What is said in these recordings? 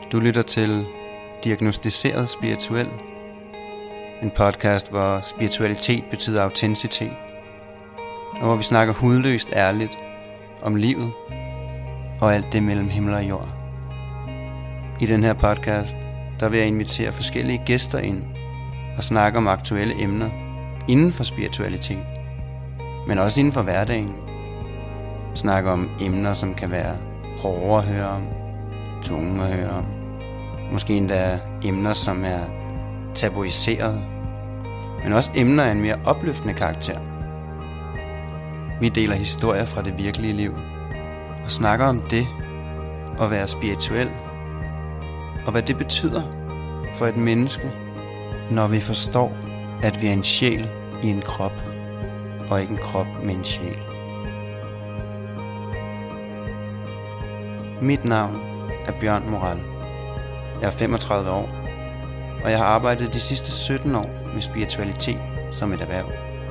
Du lytter til Diagnosticeret Spirituel, en podcast, hvor spiritualitet betyder autenticitet, og hvor vi snakker hudløst ærligt om livet og alt det mellem himmel og jord. I den her podcast, der vil jeg invitere forskellige gæster ind og snakke om aktuelle emner inden for spiritualitet, men også inden for hverdagen. Snakke om emner, som kan være hårde at høre om, tunge at høre om. Måske endda emner, som er tabuiseret, men også emner af en mere opløftende karakter. Vi deler historier fra det virkelige liv og snakker om det at være spirituel, og hvad det betyder for et menneske, når vi forstår, at vi er en sjæl i en krop, og ikke en krop med en sjæl. Mit navn er Bjørn Moral. Jeg er 35 år, og jeg har arbejdet de sidste 17 år med spiritualitet som et erhverv.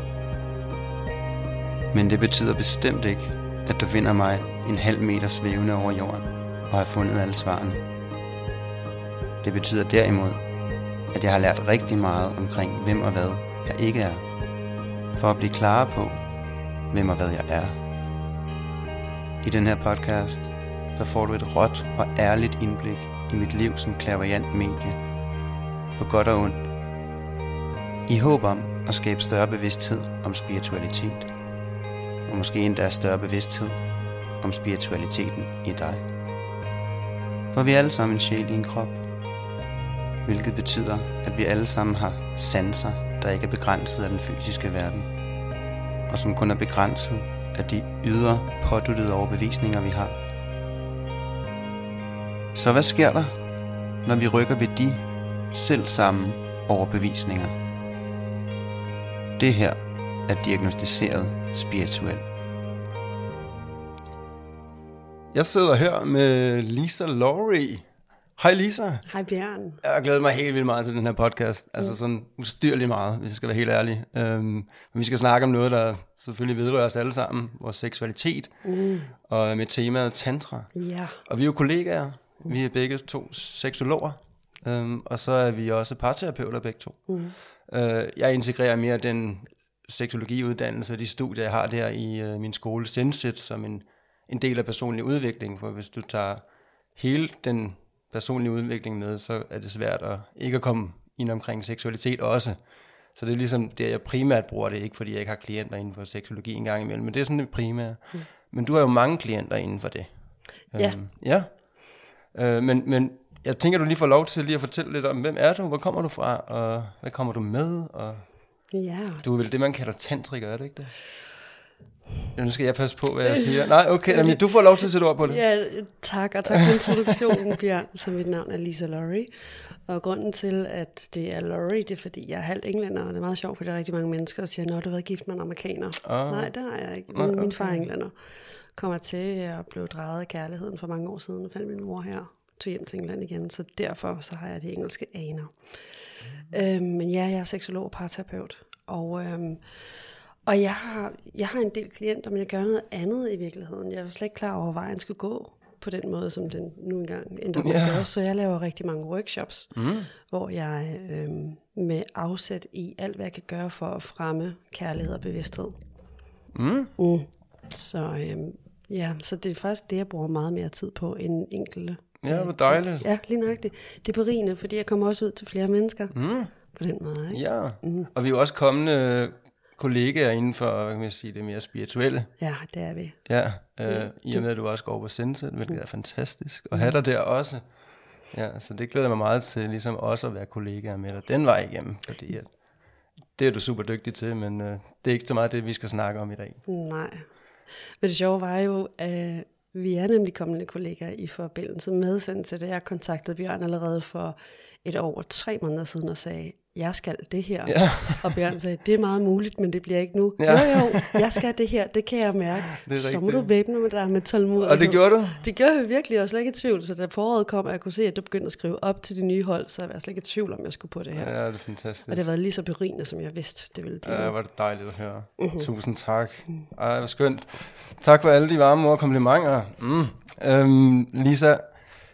Men det betyder bestemt ikke, at du finder mig en halv meter svævende over jorden og har fundet alle svarene. Det betyder derimod, at jeg har lært rigtig meget omkring hvem og hvad jeg ikke er, for at blive klarere på, hvem og hvad jeg er. I den her podcast, der får du et råt og ærligt indblik i mit liv som clairvoyant medie, på godt og ondt, i håb om at skabe større bevidsthed om spiritualitet, og måske endda større bevidsthed om spiritualiteten i dig. For vi er alle sammen en sjæl i en krop, hvilket betyder, at vi alle sammen har sanser, der ikke er begrænset af den fysiske verden, og som kun er begrænset af de ydre påduttede overbevisninger, vi har. Så hvad sker der, når vi rykker ved de selv samme overbevisninger? Det her er diagnosticeret spirituel. Jeg sidder her med Lisa Laurie. Hej Lisa. Hej Bjørn. Jeg har glædet mig helt vildt meget til den her podcast. Altså sådan ustyrligt meget, hvis jeg skal være helt ærlig. Vi skal snakke om noget, der selvfølgelig vedrører os alle sammen. Vores seksualitet. Og med temaet tantra. Ja. Og vi er jo kollegaer. Vi er begge to seksologer. Og så er vi også parterapeuter begge to. Jeg integrerer mere den seksologiuddannelse og de studier, jeg har der i min skole Sensit, som en del af personlig udvikling. For hvis du tager hele den personlige udvikling med, så er det svært at ikke at komme ind omkring seksualitet også. Så det er ligesom det, jeg primært bruger det, ikke fordi jeg ikke har klienter inden for seksologi en gang imellem, men det er sådan det primære. Men du har jo mange klienter inden for det. Ja. Men jeg tænker, du lige får lov til lige at fortælle lidt om, hvem er du, hvor kommer du fra, og hvad kommer du med? Og Ja. du er vel det, man kalder tantriker, er det ikke det? Nu skal jeg passe på, hvad jeg siger. Nej, okay, men du får lov til at sætte ord på det. Ja, tak, og tak for introduktionen, Bjørn. Så mit navn er Lisa Laurie. Og grunden til, at det er Laurie, det er, fordi jeg er halvt englænder, og det er meget sjovt, for der er rigtig mange mennesker, der siger, nå, du har været gift med en amerikaner. Nej, det har jeg ikke. Min far er englænder. Kommer til at blive draget af kærligheden for mange år siden, og fandt min mor her, tog hjem til England igen, så derfor så har jeg de engelske aner. Men ja, jeg er seksolog og parterapeut, og jeg har en del klienter, men jeg gør noget andet i virkeligheden. Jeg var slet ikke klar over, hvor vejen skulle gå på den måde, som den nu engang endte med at gøre. Så jeg laver rigtig mange workshops, hvor jeg med afsæt i alt, hvad jeg kan gøre for at fremme kærlighed og bevidsthed. Så det er faktisk det, jeg bruger meget mere tid på end enkelte. Ja, hvor dejligt. Ja, lige nøjagtigt. Det er berigende, fordi jeg kommer også ud til flere mennesker på den måde. Ikke? Ja, og vi er jo også kommende kollegaer inden for, hvad kan man sige, det mere spirituelle. Ja, det er vi. Ja, i og med, at du også går på Sensit, hvilket er fantastisk. Og have dig der også. Ja, så det glæder mig meget til, ligesom også at være kollegaer med dig den vej igennem, fordi det er du super dygtig til, men det er ikke så meget det, vi skal snakke om i dag. Nej. Men det sjove var jo, at vi er nemlig kommende kollegaer i forbindelse med Sensit. Jeg kontaktede Bjørn allerede for 1 år og 3 måneder siden og sagde, jeg skal det her. Ja. Og Bjørn sagde, det er meget muligt, men det bliver ikke nu. Ja. Jo, jeg skal det her, det kan jeg mærke. Så må du væbne med dig med tålmodighed. Og det gjorde du? Det gjorde jeg virkelig, og slet ikke i tvivl. Så da foråret kom, og jeg kunne se, at du begyndte at skrive op til de nye hold, så jeg var slet ikke i tvivl, om jeg skulle på det her. Ja, det er fantastisk. Og det har været lige så berigende, som jeg vidste, det ville blive. Ja, var det dejligt at høre. Tusind tak. Ej, hvor skønt. Tak for alle de varme ord og komplimenter. Lisa,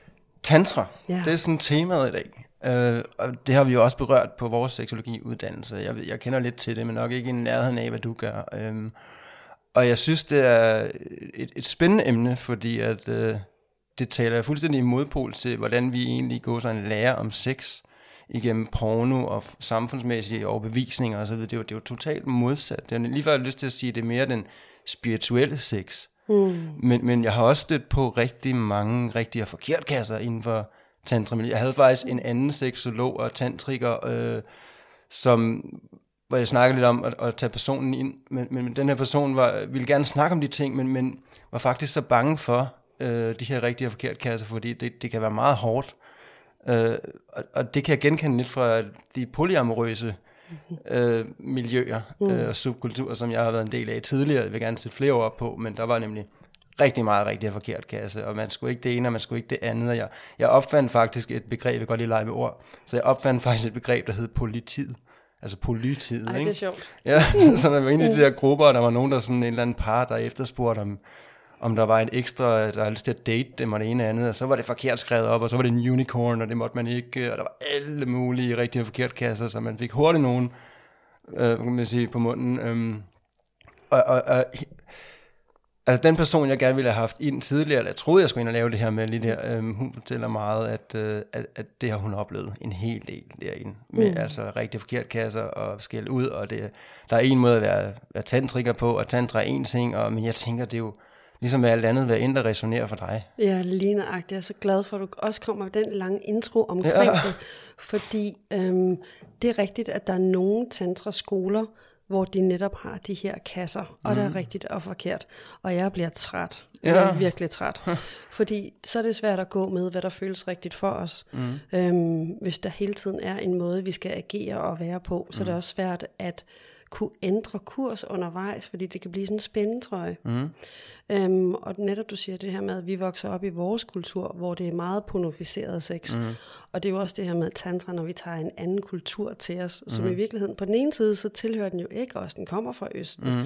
Tantra, det er sådan temaet i dag. Og det har vi jo også berørt på vores seksologiuddannelse. Jeg kender lidt til det, men nok ikke i nærheden af, hvad du gør. Og jeg synes, det er et spændende emne, fordi at, det taler fuldstændig i modpol til, hvordan vi egentlig går sådan lærer om sex igennem porno og samfundsmæssige overbevisninger og så videre. Det er jo totalt modsat. Det er lige før jeg har lyst til at sige, at det er mere den spirituelle sex. Men jeg har også stødt på rigtig mange rigtige og forkert kasser inden for tantra. Jeg havde faktisk en anden seksolog og tantriker, hvor jeg snakkede lidt om at tage personen ind, men den her person ville gerne snakke om de ting, men var faktisk så bange for de her rigtige og forkerte kasser, fordi det kan være meget hårdt. Og det kan jeg genkende lidt fra de polyamorøse miljøer og subkulturer, som jeg har været en del af tidligere. Jeg vil gerne sætte flere ord på, men der var nemlig rigtig meget rigtig og forkert kasse, og man skulle ikke det ene, og man skulle ikke det andet. Og jeg opfandt faktisk et begreb, jeg kan godt lige lege med ord, så jeg opfandt faktisk et begreb, der hed polytid. Altså polytid. Ej, ikke? Det er sjovt. Ja, så der var inde i de der grupper, og der var nogen, der sådan en eller anden par, der efterspurgte om der var en ekstra, der havde lyst til at date dem og det ene og andet, og så var det forkert skrevet op, og så var det en unicorn, og det måtte man ikke, og der var alle mulige rigtig og forkert kasser, så man fik hurtigt nogen, kan man sige, på munden. Altså den person, jeg gerne ville have haft ind tidligere, eller jeg troede, jeg skulle ind og lave det her med lige der, hun fortæller meget, at det har hun oplevet en hel del derinde, med altså rigtig forkert kasser og skæld ud, og der er en måde at være tantriker på, og tantra er en ting, men jeg tænker, det er jo ligesom med alt andet, hvad end der resonerer for dig. Ja, lige nøjagtigt. Jeg er så glad for, at du også kommer med den lange intro omkring det, fordi det er rigtigt, at der er nogle tantraskoler, hvor de netop har de her kasser, og der er rigtigt og forkert. Og jeg bliver træt. Jeg er virkelig træt. Fordi så er det svært at gå med, hvad der føles rigtigt for os. Hvis der hele tiden er en måde, vi skal agere og være på, så er det også svært at kunne ændre kurs undervejs, fordi det kan blive sådan en spændetrøje. Og netop du siger det her med, at vi vokser op i vores kultur, hvor det er meget pornoficeret sex. Og det er jo også det her med tantra, når vi tager en anden kultur til os, som i virkeligheden, på den ene side, så tilhører den jo ikke os, den kommer fra Østen.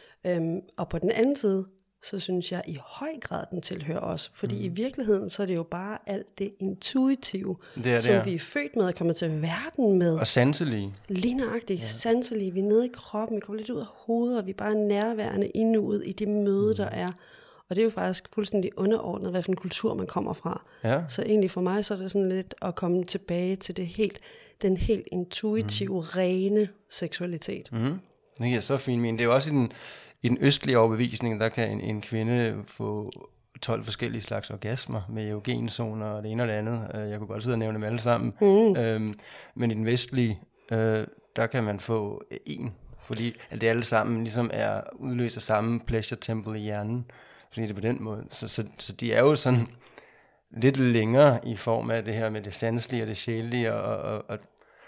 Og på den anden side, så synes jeg i høj grad, den tilhører os. Fordi i virkeligheden, så er det jo bare alt det intuitive, som vi er født med og kommer til verden med. Og sanselige. Lige nøjagtigt, sanselige. Vi er nede i kroppen, vi kommer lidt ud af hovedet, og vi er bare nærværende inuet i det møde, der er. Og det er jo faktisk fuldstændig underordnet, hvad for en kultur man kommer fra. Ja. Så egentlig for mig, så er det sådan lidt at komme tilbage til den helt intuitive, rene seksualitet. Det giver så fint men. Det er jo også i den østlige overbevisning, der kan en kvinde få 12 forskellige slags orgasmer med erogenzoner og det ene og det andet. Jeg kunne godt sidde og nævne dem alle sammen. Men i den vestlige, der kan man få en, fordi at det alle sammen ligesom udløser samme pleasure temple i hjernen. Fordi det er på den måde. Så de er jo sådan lidt længere i form af det her med det sanselige og det sjælelige og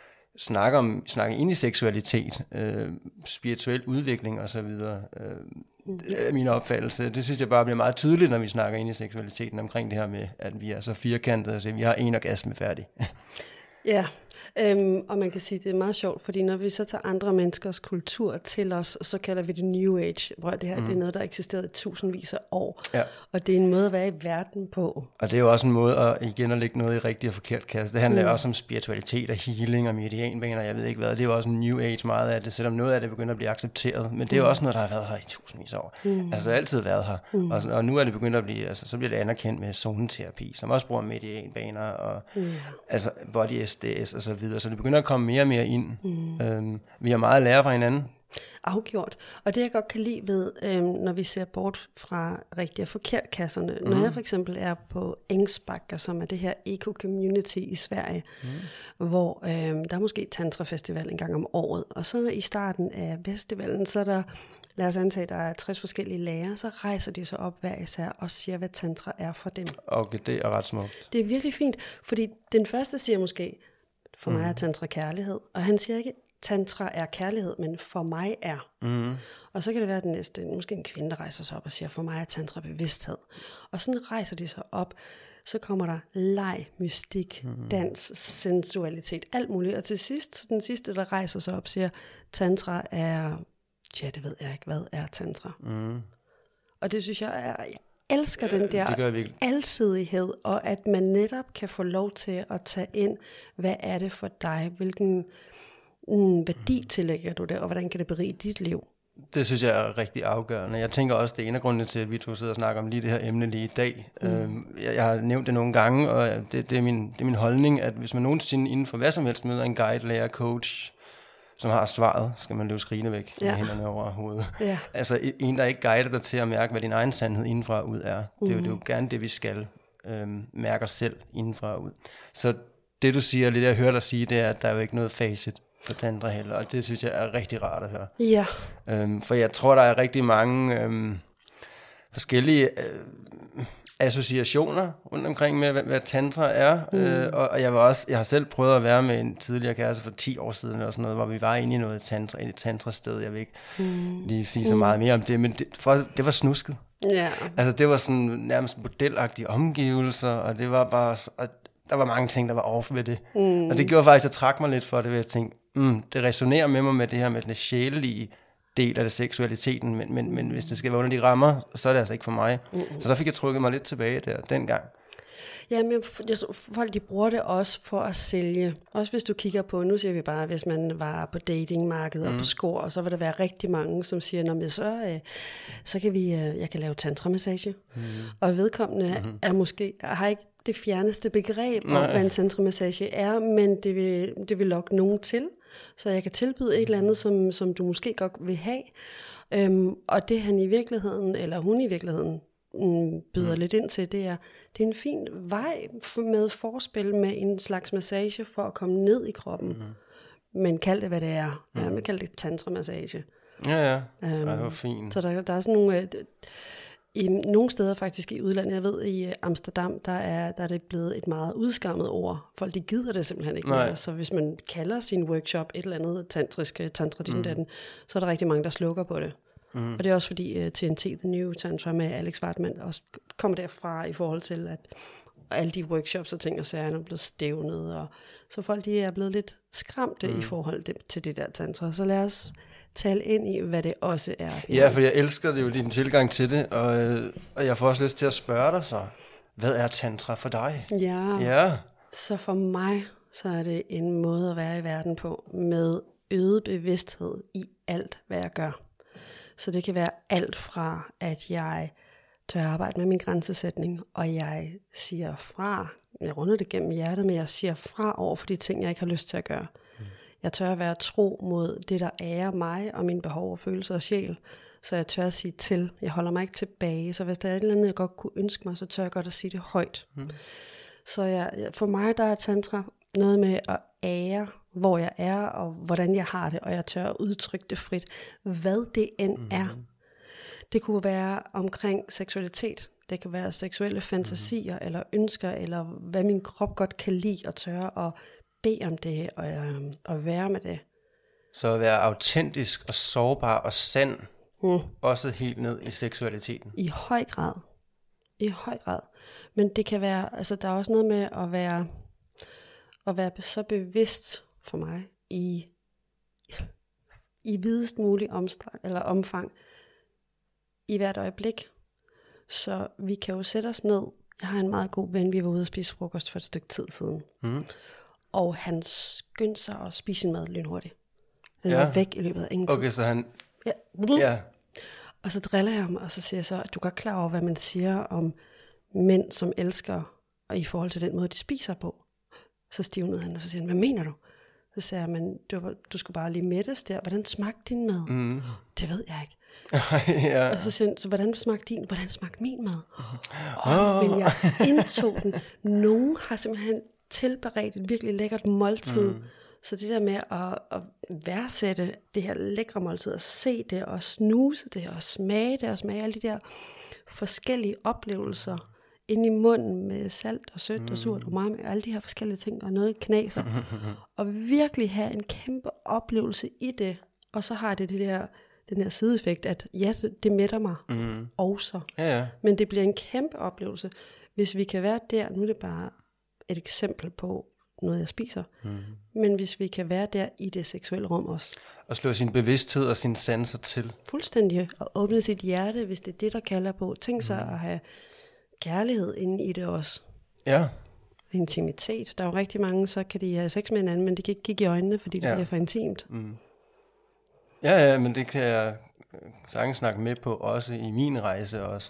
snakke ind i seksualitet, spirituel udvikling og så videre. Det er min opfattelse. Det synes jeg bare bliver meget tydeligt, når vi snakker ind i seksualiteten omkring det her med, at vi er så firkantede, altså vi har en orgasme færdig. Ja, og man kan sige, at det er meget sjovt, fordi når vi så tager andre menneskers kultur til os, så kalder vi det New Age, hvor det her det er noget, der har eksisteret i tusindvis af år. Ja. Og det er en måde at være i verden på. Og det er jo også en måde at lægge noget i rigtig og forkert kasse. Det handler også om spiritualitet og healing og meridianbaner, jeg ved ikke hvad. Det er jo også en New Age meget af det, selvom noget af det begynder at blive accepteret. Men det er jo også noget, der har været her i tusindvis af år. Altså altid været her. Og nu er det begyndt at blive, altså så bliver det anerkendt med zoneterapi, som også bruger meridianbaner og altså body SDS og så videre. Så det begynder at komme mere og mere ind. Vi har meget at lære fra hinanden. Afgjort. Og det jeg godt kan lide ved, når vi ser bort fra rigtig og forkert kasserne, når jeg for eksempel er på Ängsbacka, som er det her eco-community i Sverige, hvor der er måske tantrafestival en gang om året, og så i starten af festivalen, så er der, lad os antage, der er 60 forskellige lærere, så rejser de sig op hver især og siger, hvad tantra er for dem. Okay, det er ret smukt. Det er virkelig fint, fordi den første siger måske, for mig er tantra kærlighed. Og han siger ikke, tantra er kærlighed, men for mig er. Og så kan det være den næste, måske en kvinde, der rejser sig op og siger, for mig er tantra bevidsthed. Og sådan rejser de sig op. Så kommer der leg, mystik, dans, sensualitet, alt muligt. Og til sidst, den sidste, der rejser sig op, siger, tantra er, det ved jeg ikke, hvad er tantra? Og det synes jeg er elsker den der alsidighed, og at man netop kan få lov til at tage ind, hvad er det for dig, hvilken værdi tillægger du det, og hvordan kan det berige dit liv? Det synes jeg er rigtig afgørende. Jeg tænker også, det er en af grundene til, at vi to sidder og snakker om lige det her emne lige i dag. Jeg har nævnt det nogle gange, og det er min holdning, at hvis man nogensinde inden for hvad som helst møder en guide, lærer, coach, som har svaret, skal man løbe skrigende væk med hænderne over hovedet. Ja. Altså en, der ikke guider dig til at mærke, hvad din egen sandhed indenfra og ud er. Det er jo gerne det, vi skal mærke os selv indenfra og ud. Så det, du siger, det jeg hører dig sige, det er, at der er jo ikke noget facit på tantra heller, og det synes jeg er rigtig rart at høre. Ja. For jeg tror, der er rigtig mange forskellige associationer rundt omkring med, hvad tantra er. Og jeg har selv prøvet at være med en tidligere kæreste for 10 år siden, eller sådan noget, hvor vi var inde i noget tantra, i et tantra-sted. Jeg vil ikke lige sige så meget mere om det, men det var snusket. Ja. Altså, det var sådan nærmest modelagtige omgivelser, og det var bare... Og der var mange ting, der var off ved det. Og det gjorde faktisk, at jeg trak mig lidt for det, ved at tænke, det resonerer med mig med det her med den sjælelige del af det seksualiteten, men hvis det skal være under de rammer, så er det altså ikke for mig. Så der fik jeg trykket mig lidt tilbage der dengang. Ja, men jeg tror, folk de bruger det også for at sælge. Også hvis du kigger på, nu siger vi bare, hvis man var på datingmarkedet og på Score, og så vil der være rigtig mange, som siger, så kan jeg kan lave tantramassage. Og vedkommende er måske, har ikke det fjerneste begreb om, hvad en tantramassage er, men det vil lokke nogen til. Så jeg kan tilbyde et eller andet, som du måske godt vil have. Og det han i virkeligheden, eller hun i virkeligheden, byder lidt ind til, det er en fin vej med forspil med en slags massage for at komme ned i kroppen. Men kald det, hvad det er. Ja, man kalder det tantramassage. Ja. Det var fint. Så der er sådan nogle... I nogle steder faktisk i udlandet, jeg ved i Amsterdam, der er det blevet et meget udskammet ord. Folk de gider det simpelthen ikke mere. Så hvis man kalder sin workshop et eller andet tantra din datten, så er der rigtig mange, der slukker på det. Og det er også fordi TNT, The New Tantra med Alex Wartman, også kommer derfra i forhold til, at alle de workshops og ting og sager er blevet stævnet. Og så folk de er blevet lidt skræmte i forhold til det der tantra. Så lad os tale ind i, hvad det også er. Ja, for jeg elsker det jo, din tilgang til det, og jeg får også lyst til at spørge dig så, hvad er tantra for dig? Ja. Så for mig, så er det en måde at være i verden på, med øget bevidsthed i alt, hvad jeg gør. Så det kan være alt fra, at jeg tør arbejde med min grænsesætning, og jeg siger fra, jeg runder det gennem hjertet, men jeg siger fra over for de ting, jeg ikke har lyst til at gøre. Jeg tør at være tro mod det, der ærer mig og mine behov og følelser og sjæl. Så jeg tør at sige til. Jeg holder mig ikke tilbage. Så hvis der er et eller andet, jeg godt kunne ønske mig, så tør jeg godt at sige det højt. Så for mig, der er tantra noget med at ære, hvor jeg er og hvordan jeg har det. Og jeg tør at udtrykke det frit. Hvad det end er. Det kunne være omkring seksualitet. Det kan være seksuelle fantasier eller ønsker, eller hvad min krop godt kan lide og tørre at bede om det og være med det. Så at være autentisk og sårbar og sand, også helt ned i seksualiteten. I høj grad. I høj grad. Men det kan være, altså der er også noget med at være så bevidst for mig i videst mulig omfang i hvert øjeblik. Så vi kan jo sætte os ned. Jeg har en meget god ven, vi var ude at spise frokost for et stykke tid siden. Og han skyndte sig at spise sin mad lynhurtigt. Den var væk i løbet af ingen tid. Okay, så han... Ja. Og så driller jeg ham, og så siger jeg så, at du er godt klar over, hvad man siger om mænd, som elsker, og i forhold til den måde, de spiser på. Så stivnede han, og så siger han, hvad mener du? Så siger jeg, men du skulle bare lige mættes der. Hvordan smagte din mad? Det ved jeg ikke. Og så siger han, så hvordan smagte min mad? Men jeg indtog den. Nogen har simpelthen tilberedt et virkelig lækkert måltid. Så det der med at værdsætte det her lækre måltid, og se det, og snuse det, og smage det, og smage alle de der forskellige oplevelser inde i munden med salt og sødt og surt og umami, og alle de her forskellige ting, og noget knaser. Og virkelig have en kæmpe oplevelse i det, og så har det den her sideeffekt, at ja, det mætter mig også. Ja. Men det bliver en kæmpe oplevelse. Hvis vi kan være der, nu er det bare et eksempel på noget, jeg spiser. Men hvis vi kan være der i det seksuelle rum også. Og slå sin bevidsthed og sine sanser til. Fuldstændig. Og åbne sit hjerte, hvis det er det, der kalder på. Tænk sig at have kærlighed inde i det også. Ja. Intimitet. Der er jo rigtig mange, så kan de have sex med hinanden, men de kan ikke kigge i øjnene, fordi det bliver for intimt. Ja, men det kan jeg sagtens snakke med på, også i min rejse også.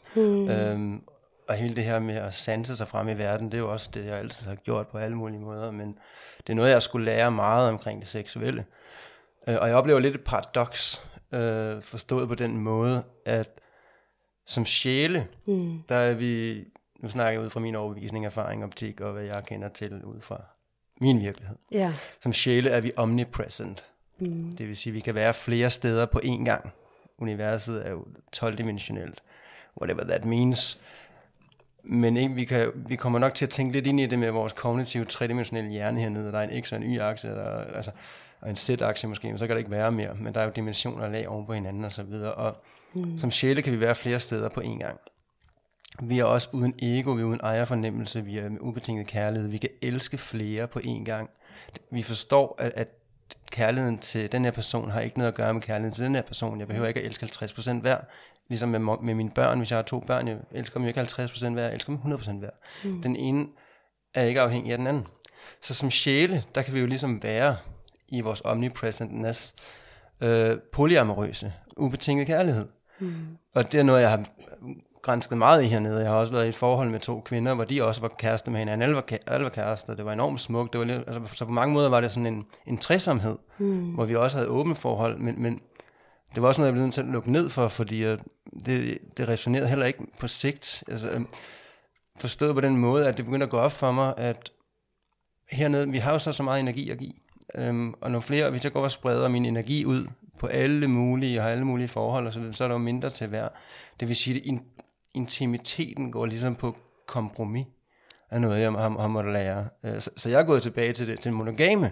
Og hele det her med at sanse sig frem i verden, det er jo også det, jeg altid har gjort på alle mulige måder, men det er noget, jeg skulle lære meget omkring det seksuelle. Og jeg oplever lidt et paradoks, forstået på den måde, at som sjæle, der er vi, nu snakker jeg ud fra min overbevisning, erfaring, optik og hvad jeg kender til ud fra min virkelighed. Ja. Som sjæle er vi omnipresent. Det vil sige, at vi kan være flere steder på én gang. Universet er jo 12-dimensionelt. Whatever that means. Men ikke, vi kommer nok til at tænke lidt ind i det med vores kognitive tredimensionelle hjerne hernede. Der er en X- og en Y-akse, og en Z-akse måske, men så kan det ikke være mere. Men der er jo dimensioner og lag oven på hinanden og så videre. Og som sjæle kan vi være flere steder på én gang. Vi er også uden ego, vi er uden ejerfornemmelse, vi er med ubetinget kærlighed. Vi kan elske flere på én gang. Vi forstår, at kærligheden til den her person har ikke noget at gøre med kærligheden til den her person. Jeg behøver ikke at elske 50% hver. Ligesom med mine børn, hvis jeg har 2 børn, jeg elsker dem ikke 50% hver, jeg elsker dem 100% hver. Den ene er ikke afhængig af den anden. Så som sjæle, der kan vi jo ligesom være i vores omnipresentness, polyamorøse, ubetinget kærlighed. Og det er noget, jeg har grænsket meget i hernede. Jeg har også været i et forhold med 2 kvinder, hvor de også var kærester med hinanden. Alle var kærester. Det var enormt smukt. Det var lidt, altså, så på mange måder var det sådan en træsomhed, hvor vi også havde åbne forhold, men det var også noget, jeg blev nødt til at lukke ned for, fordi det resonerede heller ikke på sigt. Altså, forstået på den måde, at det begyndte at gå op for mig, at hernede, vi har jo så meget energi at give. Og når flere, hvis jeg går og spreder min energi ud på alle mulige forhold, og så er der jo mindre til hver. Det vil sige, at intimiteten går ligesom på kompromis af noget, jeg har måttet lære. Så jeg er gået tilbage til monogame.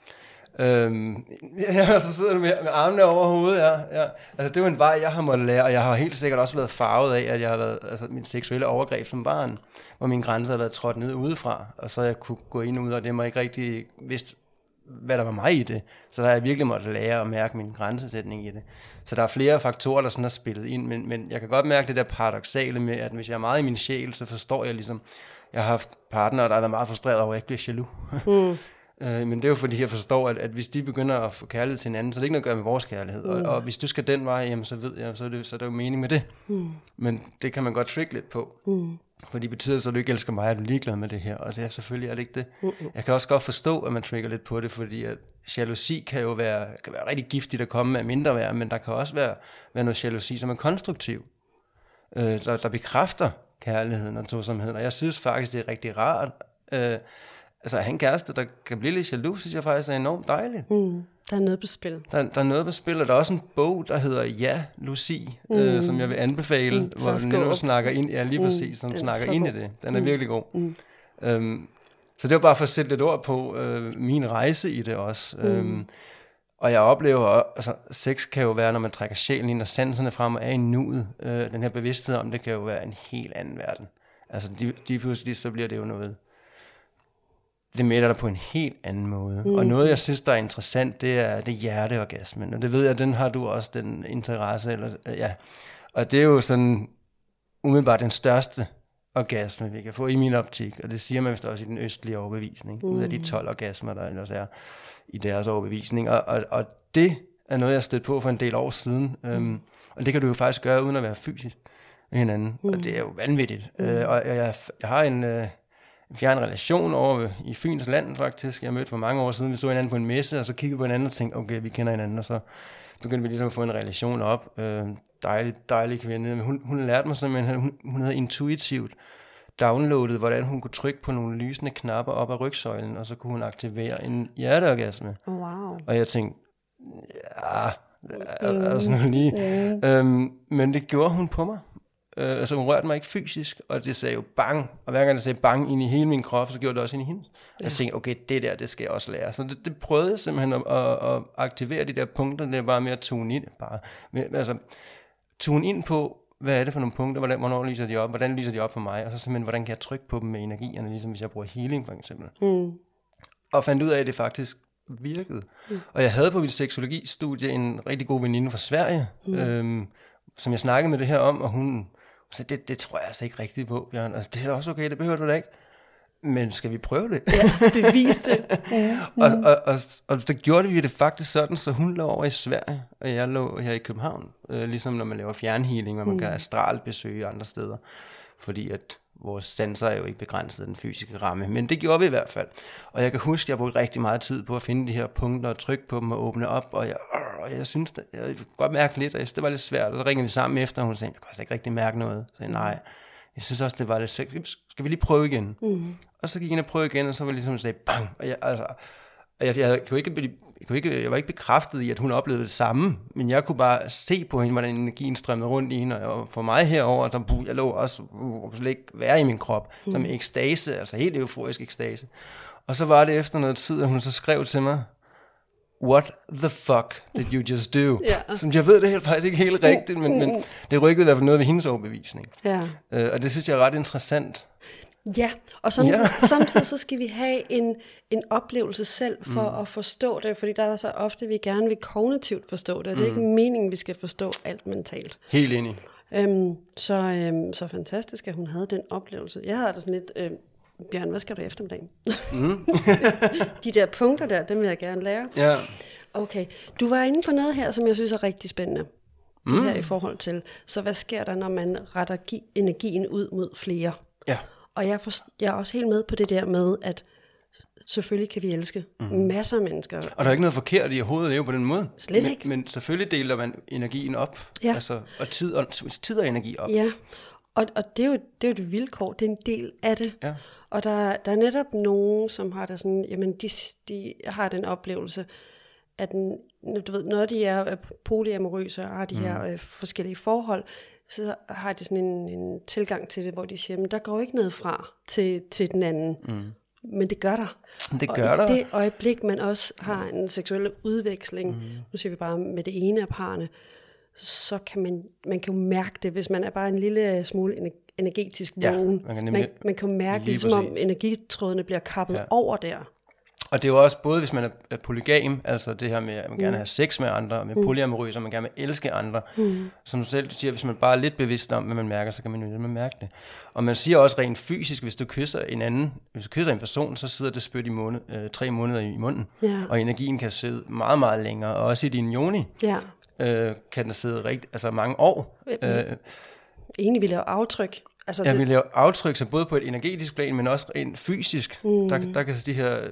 Så sidder du med armene over hovedet. Ja. Altså, det er jo en vej, jeg har måttet lære, og jeg har helt sikkert også været farvet af, at jeg har været, altså min seksuelle overgreb som barn, hvor mine grænser har været trådt ned udefra, og så jeg kunne gå ind og ud, og det må ikke rigtig vidste, hvad der var mig i det. Så der har jeg virkelig måttet lære at mærke min grænsesætning i det. Så der er flere faktorer, der sådan har spillet ind, men jeg kan godt mærke det der paradoksale med, at hvis jeg er meget i min sjæl, så forstår jeg ligesom, jeg har haft partnere, der har været meget frustreret over, at jeg ikke bliver jaloux. Men det er jo fordi, jeg forstår, at hvis de begynder at få kærlighed til hinanden, så er det ikke noget at gøre med vores kærlighed. Og hvis du skal den vej, jamen, så ved jeg, så er det jo mening med det. Men det kan man godt trigge lidt på. For det betyder så, at du ikke elsker mig, at du er ligeglad med det her. Og det er selvfølgelig er det ikke det. Jeg kan også godt forstå, at man trigger lidt på det, fordi at jalousi kan jo være rigtig giftigt at komme med mindre værd, men der kan også være noget jalousi, som er konstruktiv. Der bekræfter kærligheden og tosomheden. Og jeg synes faktisk, det er rigtig rart. Altså at have en kæreste, der kan blive lidt jaloux, synes jeg faktisk er enormt dejligt. Der er noget på spil. Der er noget på spil, og der er også en bog, der hedder Ja, Lucy, som jeg vil anbefale, hvor den nu snakker ind, lige præcis, som snakker ind i det. Den er virkelig god. Så det var bare for at sætte lidt ord på min rejse i det også. Og jeg oplever, altså sex kan jo være, når man trækker sjælen ind og sanserne frem og er i nuet. Den her bevidsthed om det kan jo være en helt anden verden. Altså de pludselig, så bliver det jo noget. Det mætter dig på en helt anden måde. Og noget, jeg synes, der er interessant, det er hjerteorgasmen. Og det ved jeg, den har du også, den interesse. Og det er jo sådan umiddelbart den største orgasme, vi kan få i min optik. Og det siger man vist også i den østlige overbevisning. Ud af de 12 orgasmer, der ellers er i deres overbevisning. Og det er noget, jeg stødte på for en del år siden. Og det kan du jo faktisk gøre, uden at være fysisk med hinanden. Og det er jo vanvittigt. Og jeg har en fjern relation over i Fyns land faktisk. Jeg mødte for mange år siden, vi så hinanden på en messe, og så kiggede på hinanden og tænkte, okay, vi kender hinanden, og så begyndte vi ligesom at få en relation op. Dejlig kvinde. Men hun lærte mig simpelthen, hun havde intuitivt downloadet, hvordan hun kunne trykke på nogle lysende knapper op ad rygsøjlen, og så kunne hun aktivere en hjerteorgasme. Wow. Og jeg tænkte, altså lige. Men det gjorde hun på mig. Altså hun rørte mig ikke fysisk, og det sagde jo bang, og hver gang det sagde bang ind i hele min krop, så gjorde det også ind i hende. Ja. Jeg tænkte, okay, det skal jeg også lære. Så det prøvede jeg simpelthen at aktivere de der punkter, det er bare med at tune ind. Tune ind på, hvad er det for nogle punkter, hvornår lyser de op, hvordan lyser de op for mig, og så simpelthen, hvordan kan jeg trykke på dem med energierne, ligesom hvis jeg bruger healing for eksempel. og fandt ud af, at det faktisk virkede. Og jeg havde på mit seksologistudie en rigtig god veninde fra Sverige, som jeg snakkede med det her om, og hun sagde, det tror jeg altså ikke rigtigt på, Bjørn. Altså, det er også okay, det behøver du da ikke. Men skal vi prøve det? Ja, bevis det. Og så gjorde vi det faktisk sådan, så hun lå over i Sverige, og jeg lå her i København. Ligesom når man laver fjernhealing, hvor man kan astralt besøge andre steder. Fordi at vores sanser er jo ikke begrænset af den fysiske ramme. Men det gjorde vi i hvert fald. Og jeg kan huske, at jeg brugte rigtig meget tid på at finde de her punkter og trykke på dem og åbne op. Og jeg synes, jeg kunne godt mærke lidt, og det var lidt svært. Og så ringede vi sammen efter, og hun sagde, jeg kan altså ikke rigtig mærke noget. Så jeg nej. Jeg synes også, det var lidt svært. Skal vi lige prøve igen? Og så gik jeg ind og prøvede igen, og så var det ligesom sagde, bang! Og jeg var ikke bekræftet i, at hun oplevede det samme, men jeg kunne bare se på hende, hvordan energien strømmede rundt i hende, og for mig herover, der jeg lå også slet ikke være i min krop, som ekstase, altså helt euforisk ekstase. Og så var det efter noget tid, at hun så skrev til mig, what the fuck did you just do? Ja. Som jeg ved, det er faktisk ikke helt rigtigt, men det rykkede i hvert fald noget ved hendes overbevisning. Ja. Og det synes jeg er ret interessant. Ja, og samtidig så skal vi have en oplevelse selv for at forstå det, fordi der er så ofte, vi gerne vil kognitivt forstå det, og det er ikke meningen, vi skal forstå alt mentalt. Helt enig. Så fantastisk, at hun havde den oplevelse. Jeg havde det sådan lidt, Bjørn, hvad skal du eftermiddagen? De der punkter der, dem vil jeg gerne lære. Ja. Okay, du var inde på noget her, som jeg synes er rigtig spændende. Det her i forhold til, så hvad sker der, når man retter energien ud mod flere? Ja. Og jeg er også helt med på det der med, at selvfølgelig kan vi elske masser af mennesker. Og der er ikke noget forkert i at hovedet leve på den måde. Slet ikke. Men selvfølgelig deler man energien op, ja. Altså, og tid og energi op. Ja, og det er jo et vilkår, det er en del af det. Ja. Og der er netop nogen, som har det sådan, jamen de har den oplevelse, at du ved, når de er polyamorøse og har de her forskellige forhold, så har de sådan en tilgang til det, hvor de siger, men der går ikke noget fra til den anden. Men det gør der. Det gør der. Og i det øjeblik, man også har en seksuel udveksling, nu siger vi bare med det ene af parerne, så kan man kan jo mærke det, hvis man er bare en lille smule energetisk vågen. Man kan jo mærke det, som om energitrådene bliver kappet over der. Og det er jo også både, hvis man er polygam, altså det her med, at man gerne vil have sex med andre, med polyamorøse, og man gerne vil elske andre. Som du selv siger, hvis man bare er lidt bevidst om, hvad man mærker, så kan man jo mærke det. Og man siger også rent fysisk, hvis du kysser en person, så sidder det spyt i 3 måneder i munden. Ja. Og energien kan sidde meget, meget længere. Og også i din yoni kan den sidde mange år. Egentlig vil lave aftryk. Altså vi laver aftryk, så både på et energetisk plan, men også rent fysisk. Der kan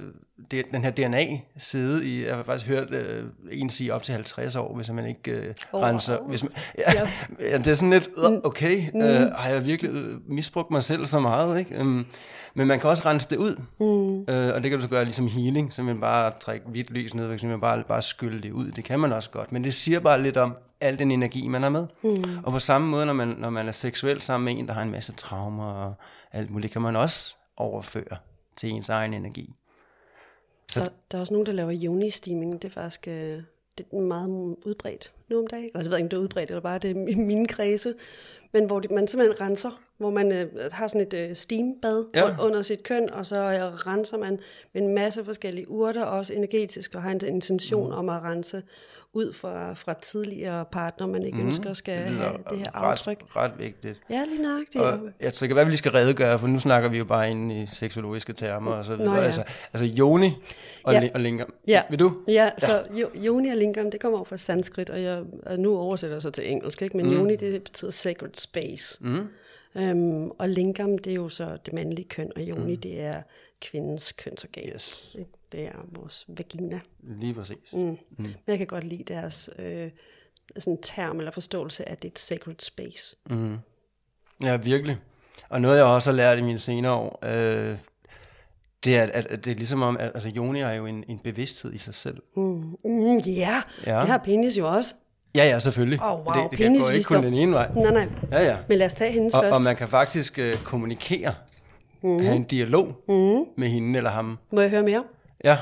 den her DNA sidde i, jeg har faktisk hørt en sige op til 50 år, hvis man ikke renser. Hvis man, det er sådan lidt, okay, har jeg virkelig misbrugt mig selv så meget, ikke? Men man kan også rense det ud, og det kan du så gøre ligesom healing, så man bare trække hvidt lys ned, så man bare skylle det ud. Det kan man også godt, men det siger bare lidt om al den energi, man har med. Og på samme måde, når man er seksuel sammen med en, der har en masse traumer og alt muligt, kan man også overføre til ens egen energi. Så der er også nogen, der laver yoni-steaming. Det er faktisk det er meget udbredt nu om dagen. Eller jeg ved ikke, om det er udbredt, eller bare det er i mine kredse. Men hvor man simpelthen renser, hvor man har sådan et steambad under sit køn, og så renser man med en masse forskellige urter, også energetisk, og har en intention om at rense ud fra tidligere partner, man ikke ønsker skal have det her aftryk. Ret vigtigt. Ja, lige nøjagtigt. Så det kan være, vi lige skal redegøre, for nu snakker vi jo bare inde i seksologiske termer og så videre. Altså yoni og lingam. Ja. Vil du? Ja, så yoni og lingam, det kommer over fra sanskrit, og jeg nu oversætter så til engelsk, ikke? Men yoni, det betyder sacred space. Og lingam, det er jo så det mandlige køn, og yoni, det er kvindens kønsorgan. Yes. Det er vores vagina. Lige præcis. Men jeg kan godt lide deres sådan term eller forståelse af det sacred space. Ja, virkelig. Og noget, jeg også har lært i mine senere år, det er, at det er ligesom om, at yoni har jo en bevidsthed i sig selv. Ja, det har penis jo også. Ja, selvfølgelig. Wow, det går ikke kun den ene vej. Nej. Ja. Men lad os tage hendes først. Og man kan faktisk kommunikere, have en dialog med hende eller ham. Må jeg høre mere? Ja.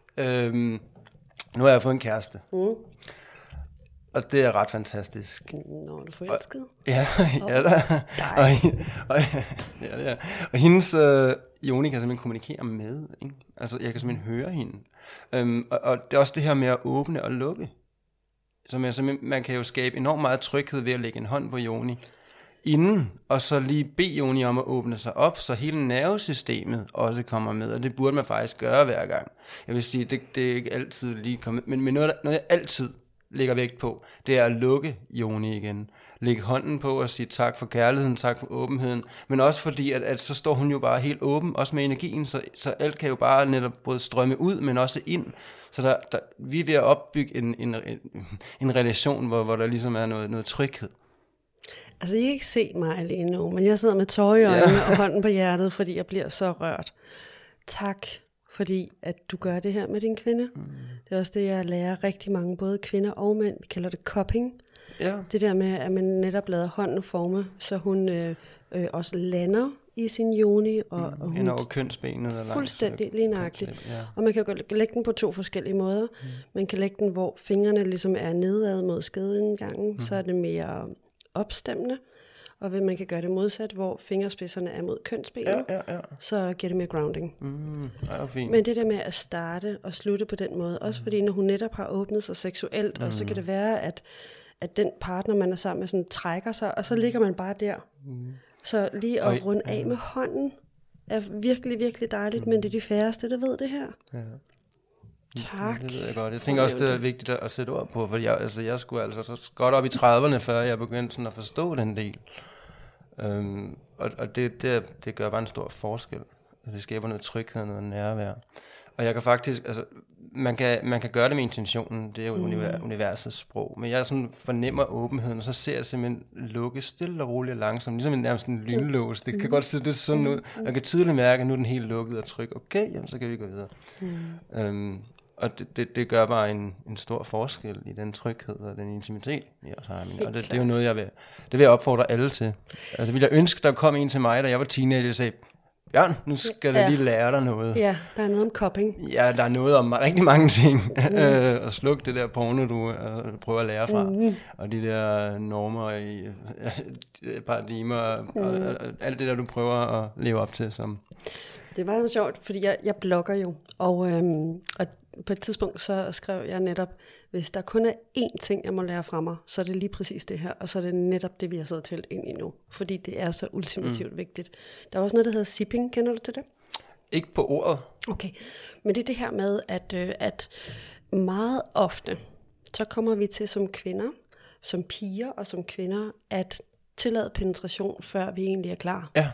Nu har jeg fået en kæreste. Og det er ret fantastisk. Nå, du forelsket? Ja da. Og hendes Joni kan simpelthen kommunikere med, ikke? Altså, jeg kan simpelthen høre hende. Og det er også det her med at åbne og lukke. Så man kan jo skabe enormt meget tryghed ved at lægge en hånd på Joni inden, og så lige bede Joni om at åbne sig op, så hele nervesystemet også kommer med, og det burde man faktisk gøre hver gang. Jeg vil sige, det er ikke altid lige kommet, men noget jeg altid lægger vægt på, det er at lukke Joni igen. Lægge hånden på og sige tak for kærligheden, tak for åbenheden, men også fordi, at så står hun jo bare helt åben, også med energien, så alt kan jo bare netop både strømme ud, men også ind. Så vi er ved at opbygge en relation, hvor der ligesom er noget tryghed. Altså, I kan ikke se mig alene nu, men jeg sidder med tårer i øjnene og hånden på hjertet, fordi jeg bliver så rørt. Tak, fordi at du gør det her med din kvinde. Det er også det, jeg lærer rigtig mange, både kvinder og mænd. Vi kalder det cupping. Ja. Det der med, at man netop lader hånden forme, så hun også lander i sin Joni. Og hun over kønsbenet. Fuldstændig, lige nøjagtigt. Ja. Og man kan jo lægge den på 2 forskellige måder. Man kan lægge den, hvor fingrene ligesom er nedad mod skedeindgangen, så er det mere opstemmende, og man kan gøre det modsat, hvor fingerspidserne er mod kønsbenet, så giver det mere grounding. Fint. Men det der med at starte og slutte på den måde, også fordi når hun netop har åbnet sig seksuelt, og så kan det være, at den partner, man er sammen med, sådan trækker sig, og så ligger man bare der. Så lige at runde af med hånden er virkelig, virkelig dejligt, men det er de færreste, der ved det her. Ja. Tak. Det ved jeg godt. Jeg tænker også, det er vigtigt at sætte ord på, for jeg skulle altså så godt op i 30'erne, før jeg begyndte sådan at forstå den del. Og det gør bare en stor forskel. Det skaber noget tryghed og noget nærvær. Og jeg kan faktisk, altså, man kan gøre det med intentionen, det er jo universets sprog, men jeg sådan fornemmer åbenheden, og så ser jeg simpelthen lukke stille og roligt og langsomt, ligesom nærmest en lynlås. Det kan godt se det sådan ud. Jeg kan tydeligt mærke, at nu er den helt lukket og tryg. Okay, jamen, så kan vi gå videre. Og det gør bare en stor forskel i den tryghed og den intimitet, jeg også har. Og det er jo noget, jeg vil opfordre alle til. Altså, vil jeg ønske, der kom en til mig, da jeg var teenager, og sagde, Bjørn, nu skal jeg lige lære dig noget. Ja, der er noget om cupping. Ja, der er noget om rigtig mange ting. Og sluk det der porno, du prøver at lære fra. Og de der normer i paradigmer, og alt det der, du prøver at leve op til. Som. Det var jo sjovt, fordi jeg blogger jo, og på et tidspunkt så skrev jeg netop, hvis der kun er én ting, jeg må lære fra mig, så er det lige præcis det her, og så er det netop det, vi har siddet talt ind i nu, fordi det er så ultimativt vigtigt. Der er også noget, der hedder sipping, kender du til det? Ikke på ordet. Okay, men det er det her med, at meget ofte, så kommer vi til som kvinder, som piger og som kvinder, at tillade penetration, før vi egentlig er klar. Ja.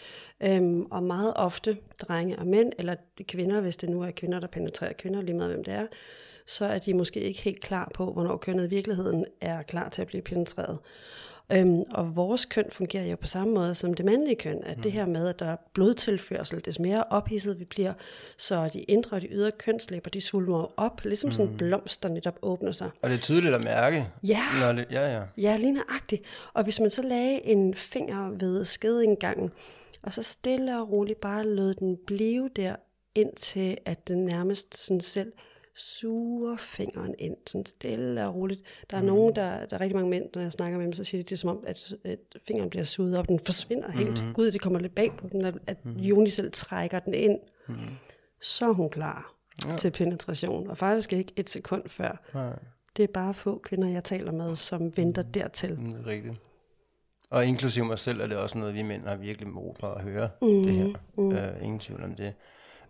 Og meget ofte drenge og mænd, eller kvinder, hvis det nu er kvinder, der penetrerer kvinder, lige meget hvem det er, så er de måske ikke helt klar på, hvornår kønnet i virkeligheden er klar til at blive penetreret. Og vores køn fungerer jo på samme måde som det mandlige køn, at det her med, at der er blodtilførsel, des mere ophidset vi bliver, så de indre og de ydre kønslæber, de svulmer op, ligesom sådan en blomst, der netop åbner sig. Og det er tydeligt at mærke. Ja, ja. Ja, lige nøjagtigt. Og hvis man så lagde en finger ved skedeindgangen, og så stille og roligt bare lod den blive der, indtil at den nærmest sådan selv suger fingeren ind, sådan stille og roligt. Der er nogen, der er rigtig mange mænd, når jeg snakker med dem, så siger de, det er som om, at fingeren bliver suget op, den forsvinder helt. Gud, det kommer lidt bag på den, at Joni selv trækker den ind. Så er hun klar til penetration, og faktisk ikke 1 sekund før. Det er bare få kvinder, jeg taler med, som venter dertil. Det er rigtigt. Og inklusive mig selv er det også noget, vi mænd har virkelig brug for at høre det her. Ingen tvivl om det.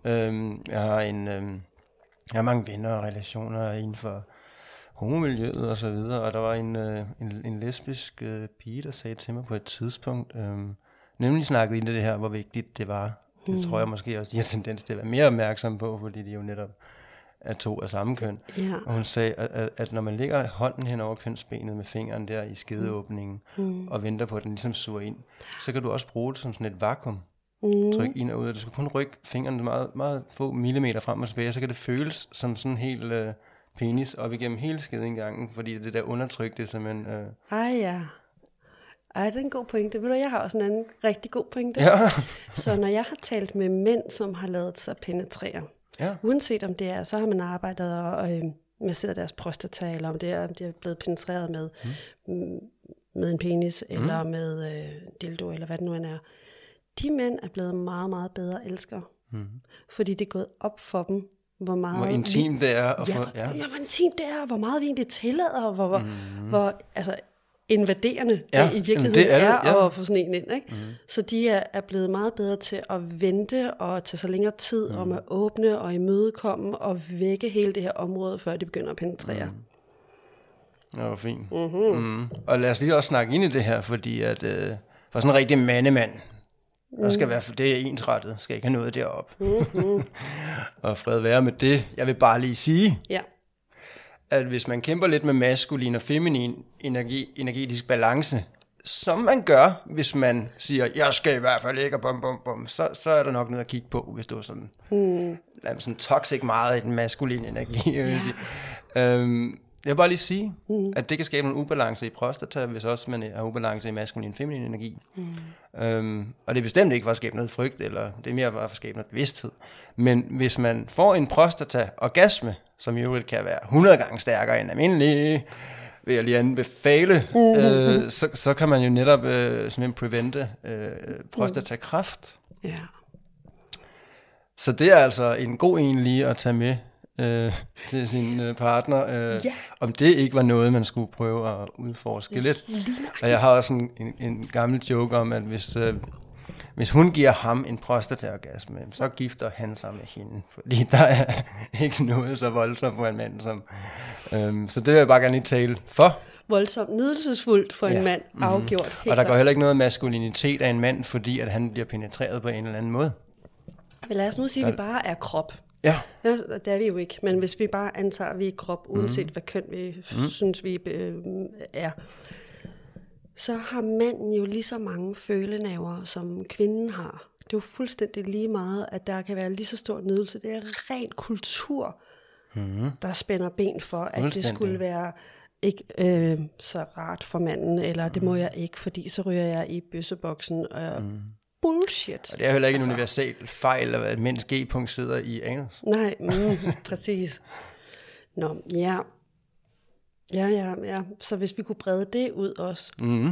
Jeg har mange venner og relationer inden for homomiljøet og så videre, og der var en lesbisk pige, der sagde til mig på et tidspunkt, nemlig snakkede ind i det her, hvor vigtigt det var. Det tror jeg måske også, de har tendens til at være mere opmærksom på, fordi de jo netop er 2 af samme køn. Ja. Og hun sagde, at når man lægger hånden hen over kønsbenet med fingeren der i skedeåbningen, og venter på, at den ligesom suger ind, så kan du også bruge det som sådan et vakuum. Tryk ind og ud, og du skal kun rykke fingeren meget, meget få millimeter frem og tilbage, så kan det føles som sådan en helt penis op igennem hele skedeindgangen, fordi det der undertryk, det er simpelthen... Ej, det er en god pointe. Ved du, jeg har også en anden rigtig god pointe. Ja. Så når jeg har talt med mænd, som har ladet sig penetrere, uanset om det er, så har man arbejdet og masseret deres prostata, eller om det er blevet penetreret med en penis, eller med dildo, eller hvad det nu end er. de mænd er blevet meget, meget bedre elskere. Fordi det er gået op for dem, hvor meget... Hvor intimt det er. Hvor intimt det er, hvor meget vi egentlig tillader, hvor altså, invaderende det i virkeligheden er at få sådan en ind. Ikke? Så de er blevet meget bedre til at vente og tage sig længere tid om at åbne og imødekomme og vække hele det her område, før de begynder at penetrere. Det var fint. Og lad os lige også snakke ind i det her, fordi at for sådan en rigtig mandemand, der skal være, det er ensrettet, skal ikke have noget deroppe. Og fred være med det. Jeg vil bare lige sige, at hvis man kæmper lidt med maskulin og feminin energetisk balance, som man gør, hvis man siger, jeg skal i hvert fald ikke, og bum, bum, bum, så er der nok noget at kigge på, hvis du er sådan, sådan toxic meget i den maskuline energi. Jeg vil bare lige sige, at det kan skabe en ubalance i prostata, hvis også man har ubalance i maskulin og feminin energi. Og det er bestemt ikke for at skabe noget frygt, eller det er mere for at skabe noget bevidsthed. Men hvis man får en prostata-orgasme, som i øvrigt kan være 100 gange stærkere end almindelig, vil jeg lige anbefale, så kan man jo netop simpelthen prevente prostatakræft. Ja. Så det er altså en god en lige at tage med til sin partner, om det ikke var noget, man skulle prøve at udforske lidt. Og jeg har også en gammel joke om, at hvis hun giver ham en prostataorgasme, så gifter han sig med hende, fordi der er ikke noget så voldsomt for en mand som... så det vil jeg bare gerne lige tale for. Voldsomt nydelsesfuldt for en mand, afgjort. Og der går heller ikke noget maskulinitet af en mand, fordi at han bliver penetreret på en eller anden måde. Men lad os nu sige, at vi bare er krop. Ja. Det er vi jo ikke, men hvis vi bare antager, at vi er krop, uanset hvad køn vi synes, vi er, så har manden jo lige så mange følenerver, som kvinden har. Det er jo fuldstændig lige meget, at der kan være lige så stor nydelse. Det er ren kultur, der spænder ben for, at det skulle være ikke så rart for manden, eller det må jeg ikke, fordi så ryger jeg i bøsseboksen, og bullshit. Og det er heller ikke en universal fejl, at mænds G-punkt sidder i anus. Nej, præcis. Nå, ja. Så hvis vi kunne brede det ud også.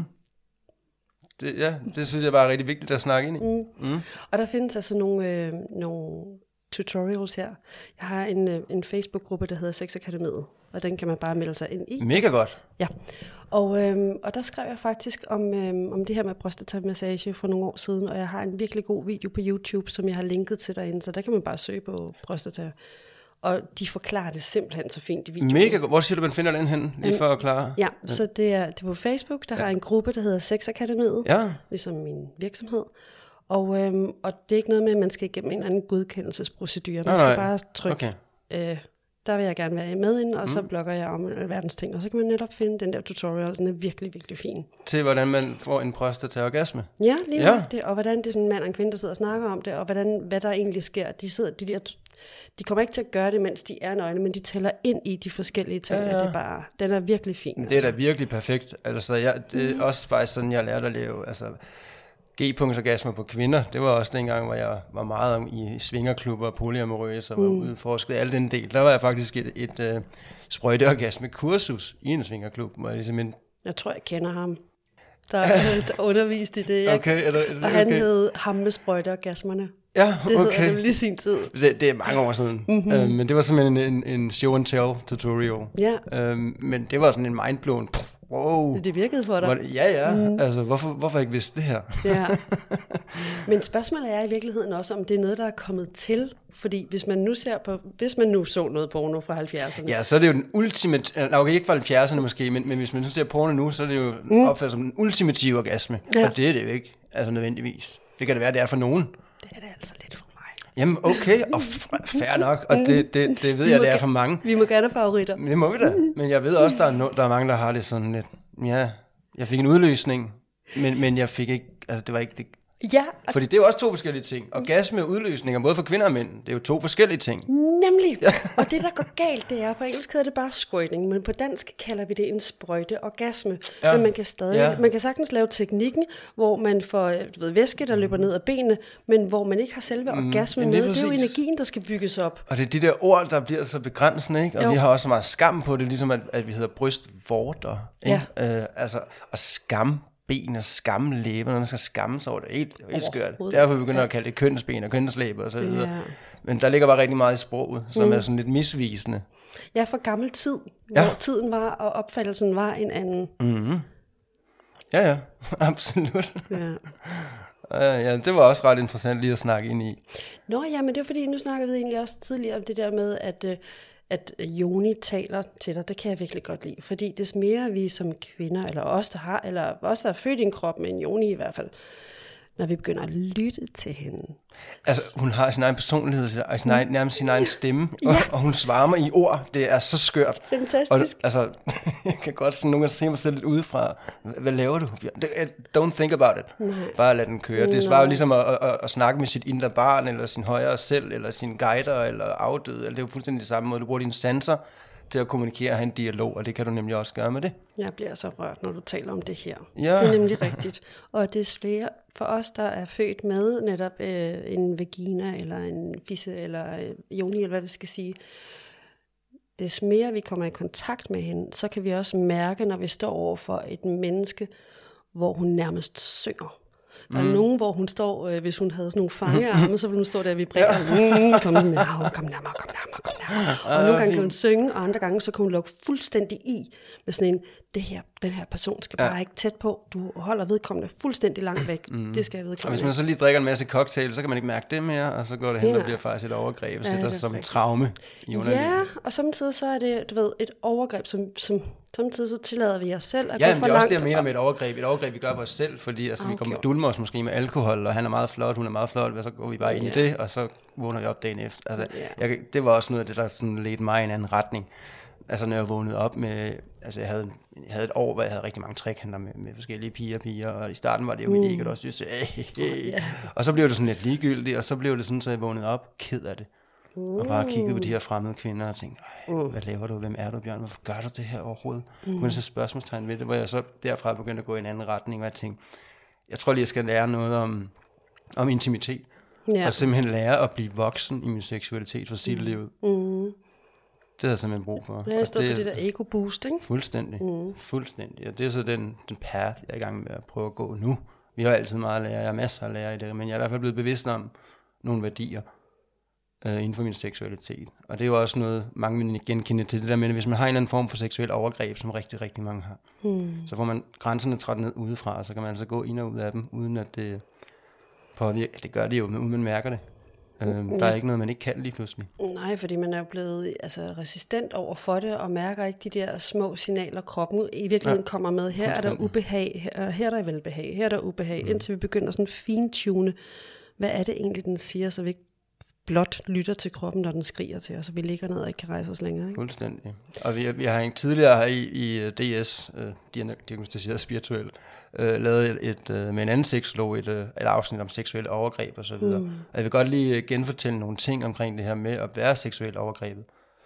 Det synes jeg bare er rigtig vigtigt at snakke ind i. Og der findes altså nogle tutorials her. Jeg har en Facebook-gruppe, der hedder Sex Akademiet, og den kan man bare melde sig ind i. Mega godt. Ja, og der skrev jeg faktisk om det her med prostata-massage for nogle år siden, og jeg har en virkelig god video på YouTube, som jeg har linket til derinde, så der kan man bare søge på prostata. Og de forklarer det simpelthen så fint i videoen. Mega godt. Hvor siger du, man finder den hen, lige for at klare? Ja, så det er på Facebook, der har en gruppe, der hedder Sex Akademiet, ligesom min virksomhed. Og det er ikke noget med, at man skal igennem en eller anden godkendelsesprocedure. Man skal bare trykke, der vil jeg gerne være med ind, og så blogger jeg om alverdens ting. Og så kan man netop finde den der tutorial, den er virkelig, virkelig fin. Til hvordan man får en prostata-orgasme? Ja, lige det. Og hvordan det er sådan en mand og en kvinde, der sidder og snakker om det, og hvad der egentlig sker. De kommer ikke til at gøre det, mens de er nøgne, men de tæller ind i de forskellige ting. Ja. Det er bare, den er virkelig fin. Det er da virkelig perfekt. Altså, det er også faktisk sådan, jeg lærte at leve. Altså, G-punktsorgasmer på kvinder, det var også dengang, hvor jeg var meget i svingerklubber og polyamorøs og var udforsket alle den del. Der var jeg faktisk et sprøjteorgasme-kursus i en svingerklub, hvor jeg ligesom Jeg tror, jeg kender ham, der underviste i det. Okay, og han hed ham med sprøjteorgasmerne. Ja, okay. Det hedder nemlig sin tid. Det er mange år siden. Men det var simpelthen en show and tell tutorial. Ja. Men det var sådan en mindblown. Wow. Det virkede for dig. Altså hvorfor ikke vidste det her? Ja. Men spørgsmålet er i virkeligheden også, om det er noget, der er kommet til. Fordi hvis man nu så noget porno fra 70'erne. Ja, så er det jo den ultimative, okay, ikke fra 70'erne måske, men hvis man så ser porno nu, så er det jo opfattet som den ultimative orgasme. Ja. Og det er det jo ikke, altså nødvendigvis. Det kan det være, det er for nogen. Det er det altså lidt for mig. Jamen okay, og fair nok, og det ved jeg, det er for mange. Vi må gerne have favoritter. Det må vi da, men jeg ved også, der er mange, der har det sådan lidt, ja, jeg fik en udløsning, men jeg fik ikke, altså det var ikke det. Ja. Fordi det er jo også to forskellige ting. Orgasme og udløsninger, både for kvinder og mænd, det er jo to forskellige ting. Nemlig. Og det, der går galt, det er, på engelsk hedder det bare squirting, men på dansk kalder vi det en sprøjteorgasme. Ja. Men man kan stadig, man kan sagtens lave teknikken, hvor man får væske, der løber ned ad benene, men hvor man ikke har selve orgasmen med. Det er jo energien, der skal bygges op. Og det er de der ord, der bliver så begrænsende, ikke? Og vi har også meget skam på det, ligesom at vi hedder brystvorter. Ja. Altså, og skam ben og skamlæber, når man skal skamme sig over det. Helt skørt. Derfor begynder at kalde det kønsben og kønslæber og så videre. Ja. Men der ligger bare rigtig meget i sproget, som er sådan lidt misvisende. Ja, for gammel tid, hvor tiden var, og opfattelsen var en anden. Mm-hmm. Ja, absolut. Ja, det var også ret interessant lige at snakke ind i. Nå ja, men det var fordi, nu snakkede vi egentlig også tidligere om det der med, at Joni taler til dig. Det kan jeg virkelig godt lide, fordi des mere vi som kvinder, eller os, der er født i en krop med en Joni i hvert fald, når vi begynder at lytte til hende. Altså, hun har sin egen personlighed, nærmest sin egen stemme, og hun svarer mig i ord. Det er så skørt. Fantastisk. Og, altså, jeg kan godt sådan nogle gange se mig selv lidt udefra. Hvad laver du? Don't think about it. Nej. Bare lad den køre. Det svarer jo ligesom at snakke med sit indre barn, eller sin højere selv, eller sin guider, eller afdøde. Det er jo fuldstændig det samme måde. Du bruger dine sanser til at kommunikere og have en dialog, og det kan du nemlig også gøre med det. Jeg bliver så rørt, når du taler om det her. Ja. Det er nemlig rigtigt. Og det er flere for os, der er født med netop en vagina, eller en fisse, eller Joni, eller hvad vi skal sige. Des mere vi kommer i kontakt med hende, så kan vi også mærke, når vi står over for et menneske, hvor hun nærmest synger. Der er nogen, hvor hun står, hvis hun havde sådan nogle fangearme, så ville hun stå der og vibrere. Kom nærmere. Og nogle gange kan hun synge, og andre gange så kan hun lukke fuldstændig i med sådan en, den her person skal bare ikke tæt på. Du holder vedkommende fuldstændig langt væk. Det skal jeg vedkommende. Og hvis man så lige drikker en masse cocktail, så kan man ikke mærke det mere, og så går det hen og bliver faktisk et overgreb, og sætter sig som et traume i underlivet. Ja, og samtidig så er det, du ved, et overgreb, som samtidig så tillader vi os selv at gå for langt. Ja, det er også det, jeg mener med et overgreb. Et overgreb, vi gør på os selv, fordi altså, vi kommer dulmer os måske med alkohol, og han er meget flot, hun er meget flot, og så går vi bare ind i det, og så vågner vi op dagen efter. Altså, det var også noget af det, der sådan ledte mig i en anden retning. Altså, når jeg vågnede op med... Altså, jeg havde et år, hvor jeg havde rigtig mange trekanter med forskellige piger, og i starten var det jo mit ego, der også synes, og så blev det sådan lidt ligegyldigt, og så blev det sådan, så jeg vågnede op ked af det. Og bare kiggede på de her fremmede kvinder og tænkte, hvad laver du? Hvem er du, Bjørn? Hvorfor gør du det her overhovedet? Kunne så spørgsmålstegn ved det, hvor jeg så derfra begyndte at gå i en anden retning, og jeg tænkte, jeg tror lige, jeg skal lære noget om intimitet. Ja. Og simpelthen lære at blive voksen i min seksualitet for sit liv. Det har jeg simpelthen brug for. Ja, i stedet for det der ego-boost, ikke? Fuldstændig. Fuldstændig. Og det er så den path, jeg er i gang med at prøve at gå nu. Vi har altid meget at lære, jeg har masser at lære i det, men jeg er i hvert fald blevet bevidst om nogle værdier inden for min seksualitet. Og det er jo også noget, mange vil genkende til det der med, at hvis man har en eller anden form for seksuel overgreb, som rigtig, rigtig mange har, så får man grænserne træt ned udefra, og så kan man altså gå ind og ud af dem, uden at det påvirker. Det gør det jo, uden man mærker det. Der er ikke noget, man ikke kan lige pludselig. Nej, fordi man er jo blevet resistent over for det, og mærker ikke de der små signaler, kroppen i virkeligheden kommer med. Her er der ubehag, her er der velbehag, her er der ubehag, indtil vi begynder sådan fintune, hvad er det egentlig, den siger, så vi ikke blot lytter til kroppen, når den skriger til os, og vi ligger ned og ikke kan rejse os længere. Ikke? Fuldstændig. Og vi har tidligere her i DS, diagnostiseret spirituelt, lavet med en anden seksolog et afsnit om seksuelle overgreb og så videre. Og jeg vil godt lige genfortælle nogle ting omkring det her med at være seksuelt overgrebet.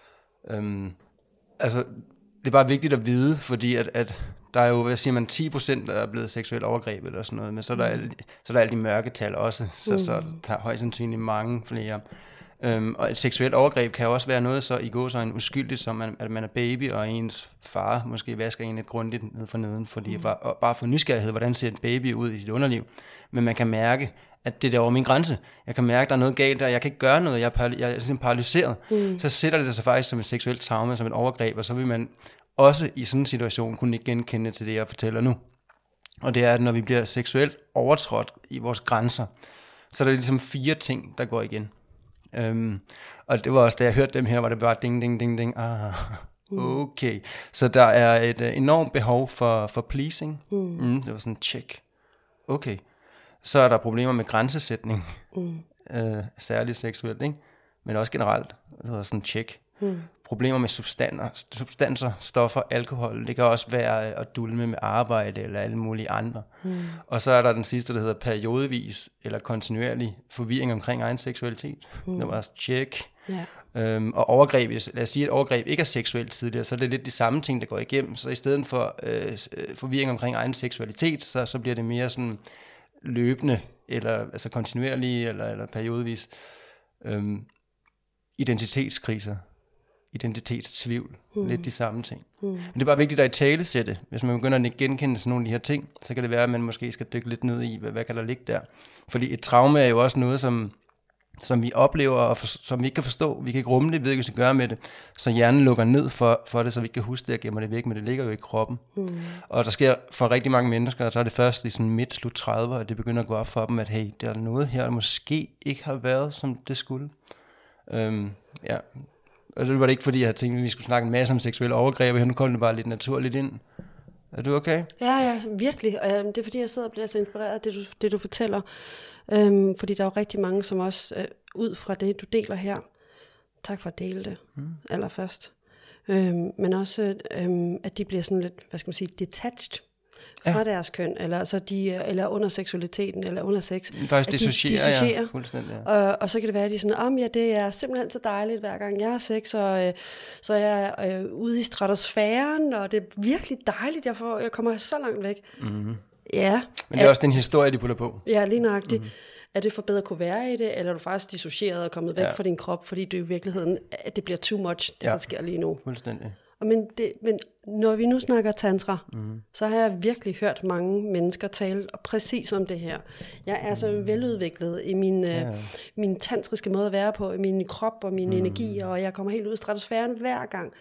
Altså, det er bare vigtigt at vide, fordi at der er jo, hvad siger man, 10%, der er blevet seksuelt overgrebet eller sådan noget, men så er der alle de mørketal også, så der er højst sandsynligt mange flere. Og et seksuelt overgreb kan jo også være noget så i gåseøjne uskyldigt, som at man er baby, og ens far måske vasker en lidt grundigt ned for neden, fordi bare for nysgerrighed, hvordan ser et baby ud i sit underliv. Men man kan mærke, at det er der over min grænse. Jeg kan mærke, at der er noget galt der, jeg kan ikke gøre noget, jeg er simpelthen paralyseret. Så sætter det sig faktisk som et seksuelt traume, som et overgreb, og så vil man også i sådan en situation kunne ikke genkende til det, jeg fortæller nu. Og det er, at når vi bliver seksuelt overtrådt i vores grænser, så er der ligesom 4 ting, der går igen. Og det var også, da jeg hørte dem her, var det bare ding, ding, ding, ding. Okay. Så der er et enormt behov for pleasing. Det var sådan check. Okay. Så er der problemer med grænsesætning. Særligt seksuelt, ikke? Men også generelt. Det var sådan check. Problemer med substanser, stoffer, alkohol. Det kan også være at dulme med arbejde eller alle mulige andre. Og så er der den sidste, der hedder periodevis eller kontinuerlig forvirring omkring egen seksualitet. Det var også check. Og overgreb, lad os sige, at overgreb ikke er seksuelt tidligere, så er det lidt de samme ting, der går igennem. Så i stedet for forvirring omkring egen seksualitet, så bliver det mere sådan løbende, eller altså kontinuerlig eller periodevis identitetskriser. identitetstvivl. Lidt de samme ting. Men det er bare vigtigt at italesætte. Hvis man begynder at genkende sådan nogle af de her ting, så kan det være, at man måske skal dykke lidt ned i, hvad kan der ligge der. Fordi et traume er jo også noget, som vi oplever, og som vi ikke kan forstå. Vi kan ikke rumme det, vi ved ikke, hvad vi skal gøre med det. Så hjernen lukker ned for det, så vi ikke kan huske det og gemmer det væk, men det ligger jo i kroppen. Og der sker for rigtig mange mennesker, så er det først i sådan midt-slut 30'er, at det begynder at gå op for dem, at hey, der er noget her, der måske ikke har været, som det skulle. Ja. Og det var det ikke, fordi jeg tænkte, at vi skulle snakke en masse om seksuelle overgreb, og nu kom det bare lidt naturligt ind. Er du okay? Ja, virkelig. Og det er fordi, jeg sidder og bliver så inspireret af det, du fortæller. Fordi der er jo rigtig mange, som også ud fra det, du deler her. Tak for at dele det allerførst. Men også, at de bliver sådan lidt, hvad skal man sige, detached fra deres køn, eller under seksualiteten, eller under sex. Faktisk dissocierer. Fuldstændig, ja. Og så kan det være, at de er sådan, det er simpelthen så dejligt, hver gang jeg har sex, og så er jeg ude i stratosfæren, og det er virkelig dejligt, jeg kommer så langt væk. Mm-hmm. Ja. Men det er også den historie, de putter på. Ja, lige nøjagtigt. Er det for bedre at kunne være i det, eller er du faktisk dissocieret og kommet væk fra din krop, fordi det i virkeligheden, at det bliver too much, det der sker lige nu. Fuldstændig. Men når vi nu snakker tantra, så har jeg virkelig hørt mange mennesker tale præcis om det her. Jeg er så veludviklet i min tantriske måde at være på, i min krop og min energi, og jeg kommer helt ud af stratosfæren hver gang.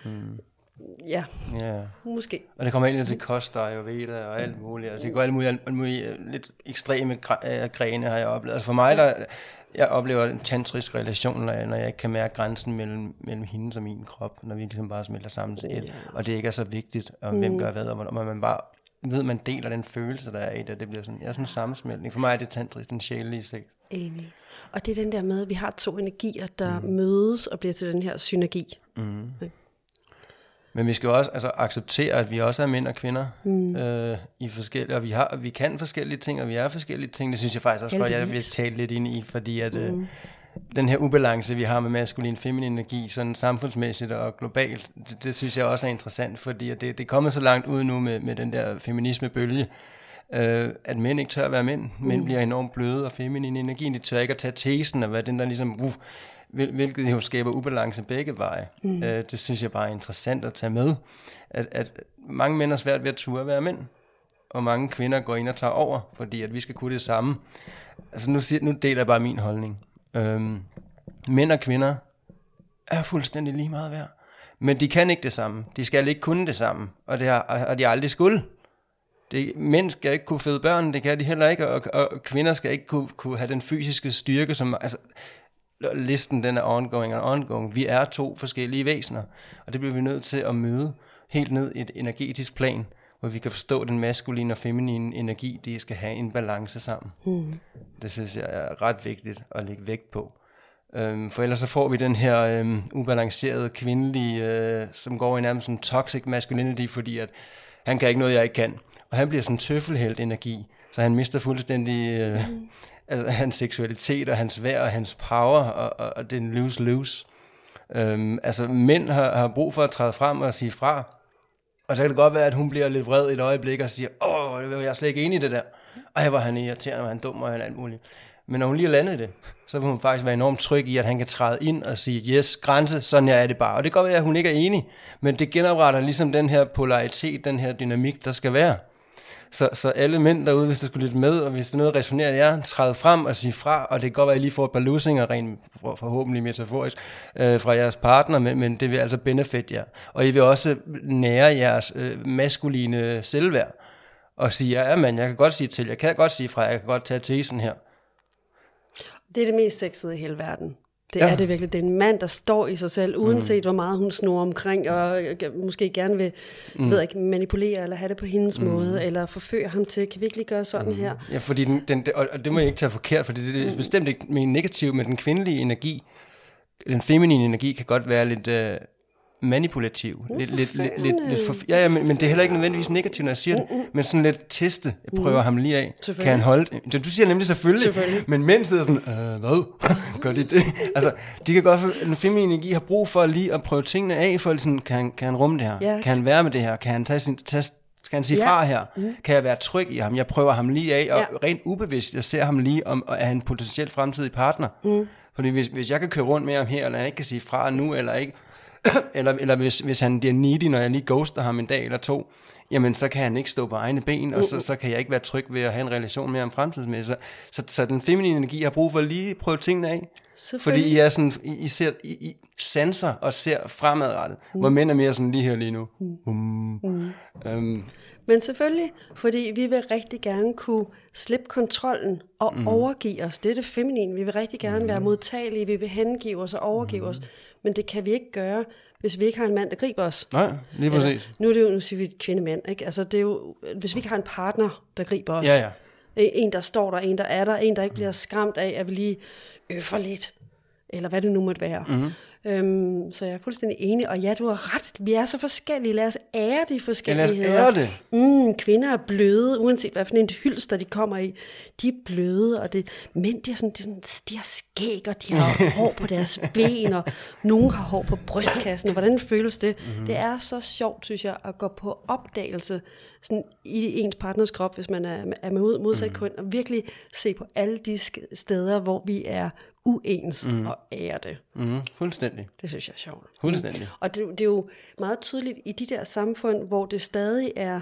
Ja, måske. Og det kommer helt til koster og ayurveda og alt muligt. Altså, det går alt muligt lidt ekstreme grene, har jeg oplevet. Altså for mig, jeg oplever en tantrisk relation, når jeg ikke kan mærke grænsen mellem hendes og min krop, når vi ligesom bare smelter sammen til et. Og det ikke er så vigtigt, om hvem gør hvad, og man bare ved, man deler den følelse, der er i det. Det bliver sådan, sådan en sammensmeltning. For mig er det tantrisk, den sjælelige sex. Enig. Og det er den der med, at vi har to energier, der mødes og bliver til den her synergi. Okay. Men vi skal jo også acceptere, at vi også er mænd og kvinder i forskellige, og vi kan forskellige ting, og vi er forskellige ting. Det synes jeg faktisk også godt, jeg vil tale lidt ind i, fordi at den her ubalance, vi har med maskulin og feminin energi, sådan samfundsmæssigt og globalt, det synes jeg også er interessant, fordi at det er kommet så langt ud nu med den der feminismebølge, at mænd ikke tør at være mænd. Mænd bliver enormt bløde og feminin energi, de tør ikke at tage tesen af, hvad den der ligesom... hvilket jo skaber ubalance begge veje. Det synes jeg bare er interessant at tage med, at mange mænd er svært ved at turde være mænd, og mange kvinder går ind og tager over, fordi at vi skal kunne det samme. Altså nu deler jeg bare min holdning. Mænd og kvinder er fuldstændig lige meget værd, men de kan ikke det samme. De skal ikke kunne det samme, og det har de aldrig skulle. Mænd skal ikke kunne føde børn, det kan de heller ikke, og kvinder skal ikke kunne have den fysiske styrke, som... Listen den er ongoing. Vi er to forskellige væsener, og det bliver vi nødt til at møde helt ned i et energetisk plan, hvor vi kan forstå den maskuline og feminine energi, de skal have en balance sammen. Det synes jeg er ret vigtigt at lægge vægt på. For ellers så får vi den her ubalancerede kvindelige, som går i nærmest en toxic masculinity, fordi at han kan ikke noget, jeg ikke kan. Og han bliver sådan en tøffelhelt energi, så han mister fuldstændig... Altså hans seksualitet og hans værd og hans power, og det er en lose-lose. Mænd har brug for at træde frem og sige fra, og så kan det godt være, at hun bliver lidt vred et øjeblik og siger, jeg er slet ikke enig i det der. Ej, hvor han irriterende, og han dum, og han alt muligt. Men når hun lige er landet i det, så vil hun faktisk være enormt tryg i, at han kan træde ind og sige, yes, grænse, sådan er det bare. Og det kan godt være, at hun ikke er enig, men det genopretter ligesom den her polaritet, den her dynamik, der skal være. Så alle mænd derude, hvis der skulle lytte med, og hvis der noget resonerer jer, træde frem og sige fra, og det kan godt være, at I lige får et par lusinger, rent forhåbentlig metaforisk, fra jeres partner, men det vil altså benefit jer. Og I vil også nære jeres maskuline selvværd, og sige, ja mand, jeg kan godt sige til, jeg kan godt sige fra, jeg kan godt tage tesen her. Det er det mest sexede i hele verden. Det er det virkelig. Det er en mand, der står i sig selv, uanset hvor meget hun snor omkring, og måske gerne vil manipulere, eller have det på hendes måde, eller forføre ham til, kan vi ikke lige gøre sådan her? Ja, fordi og det må jeg ikke tage forkert, for det er bestemt ikke negativt, men den kvindelige energi, den feminine energi, kan godt være lidt... manipulativ. Men det er heller ikke nødvendigvis negativt, når jeg siger det, men sådan lidt teste. Jeg prøver ham lige af. Kan han holde det? Du siger nemlig selvfølgelig. Men mænd sidder sådan, hvad? Gør de det? Altså, de kan godt, den feminine energi har brug for lige at prøve tingene af, for sådan, kan han rumme det her? Ja. Kan han være med det her? Kan han skal han sige fra her? Kan jeg være tryg i ham? Jeg prøver ham lige af, og rent ubevidst, jeg ser ham lige, om er han potentielt fremtidig partner. Fordi hvis jeg kan køre rundt med ham her, eller han ikke kan sige fra nu, eller ikke, eller hvis han bliver needy, når jeg lige ghoster ham en dag eller to, jamen så kan han ikke stå på egne ben, og så kan jeg ikke være tryg ved at have en relation med ham fremtidsmæssigt. Så den feminine energi har brug for at lige prøve tingene af. Fordi I er sådan, I sanser og ser fremadrettet, hvor mænd er mere sådan lige her lige nu. Men selvfølgelig, fordi vi vil rigtig gerne kunne slippe kontrollen og overgive os. Det er det feminine. Vi vil rigtig gerne være modtagelige, vi vil hengive os og overgive os. Men det kan vi ikke gøre, hvis vi ikke har en mand, der griber os. Nej, lige præcis. Nu siger vi kvinde-mand, ikke? Altså, det er jo, hvis vi ikke har en partner, der griber os. Ja. En, der står der, en, der er der, en, der ikke bliver skræmt af, at vi lige øffer lidt. Eller hvad det nu måtte være. Så jeg er fuldstændig enig, og ja, du har ret. Vi er så forskellige. Lad os ære de forskelligheder. Ja, lad os ære det. Kvinder er bløde, uanset hvad for en hylster de kommer i. De er bløde, og mænd, de har skæg, og de har hår på deres ben, og nogen har hår på brystkassen. Og hvordan føles det? Det er så sjovt, synes jeg, at gå på opdagelse sådan i ens partners krop, hvis man er med modsat køn, og virkelig se på alle de steder, hvor vi er uens og ære det. Fuldstændig. Det synes jeg er sjovt. Fuldstændig. Og det er jo meget tydeligt i de der samfund, hvor det stadig er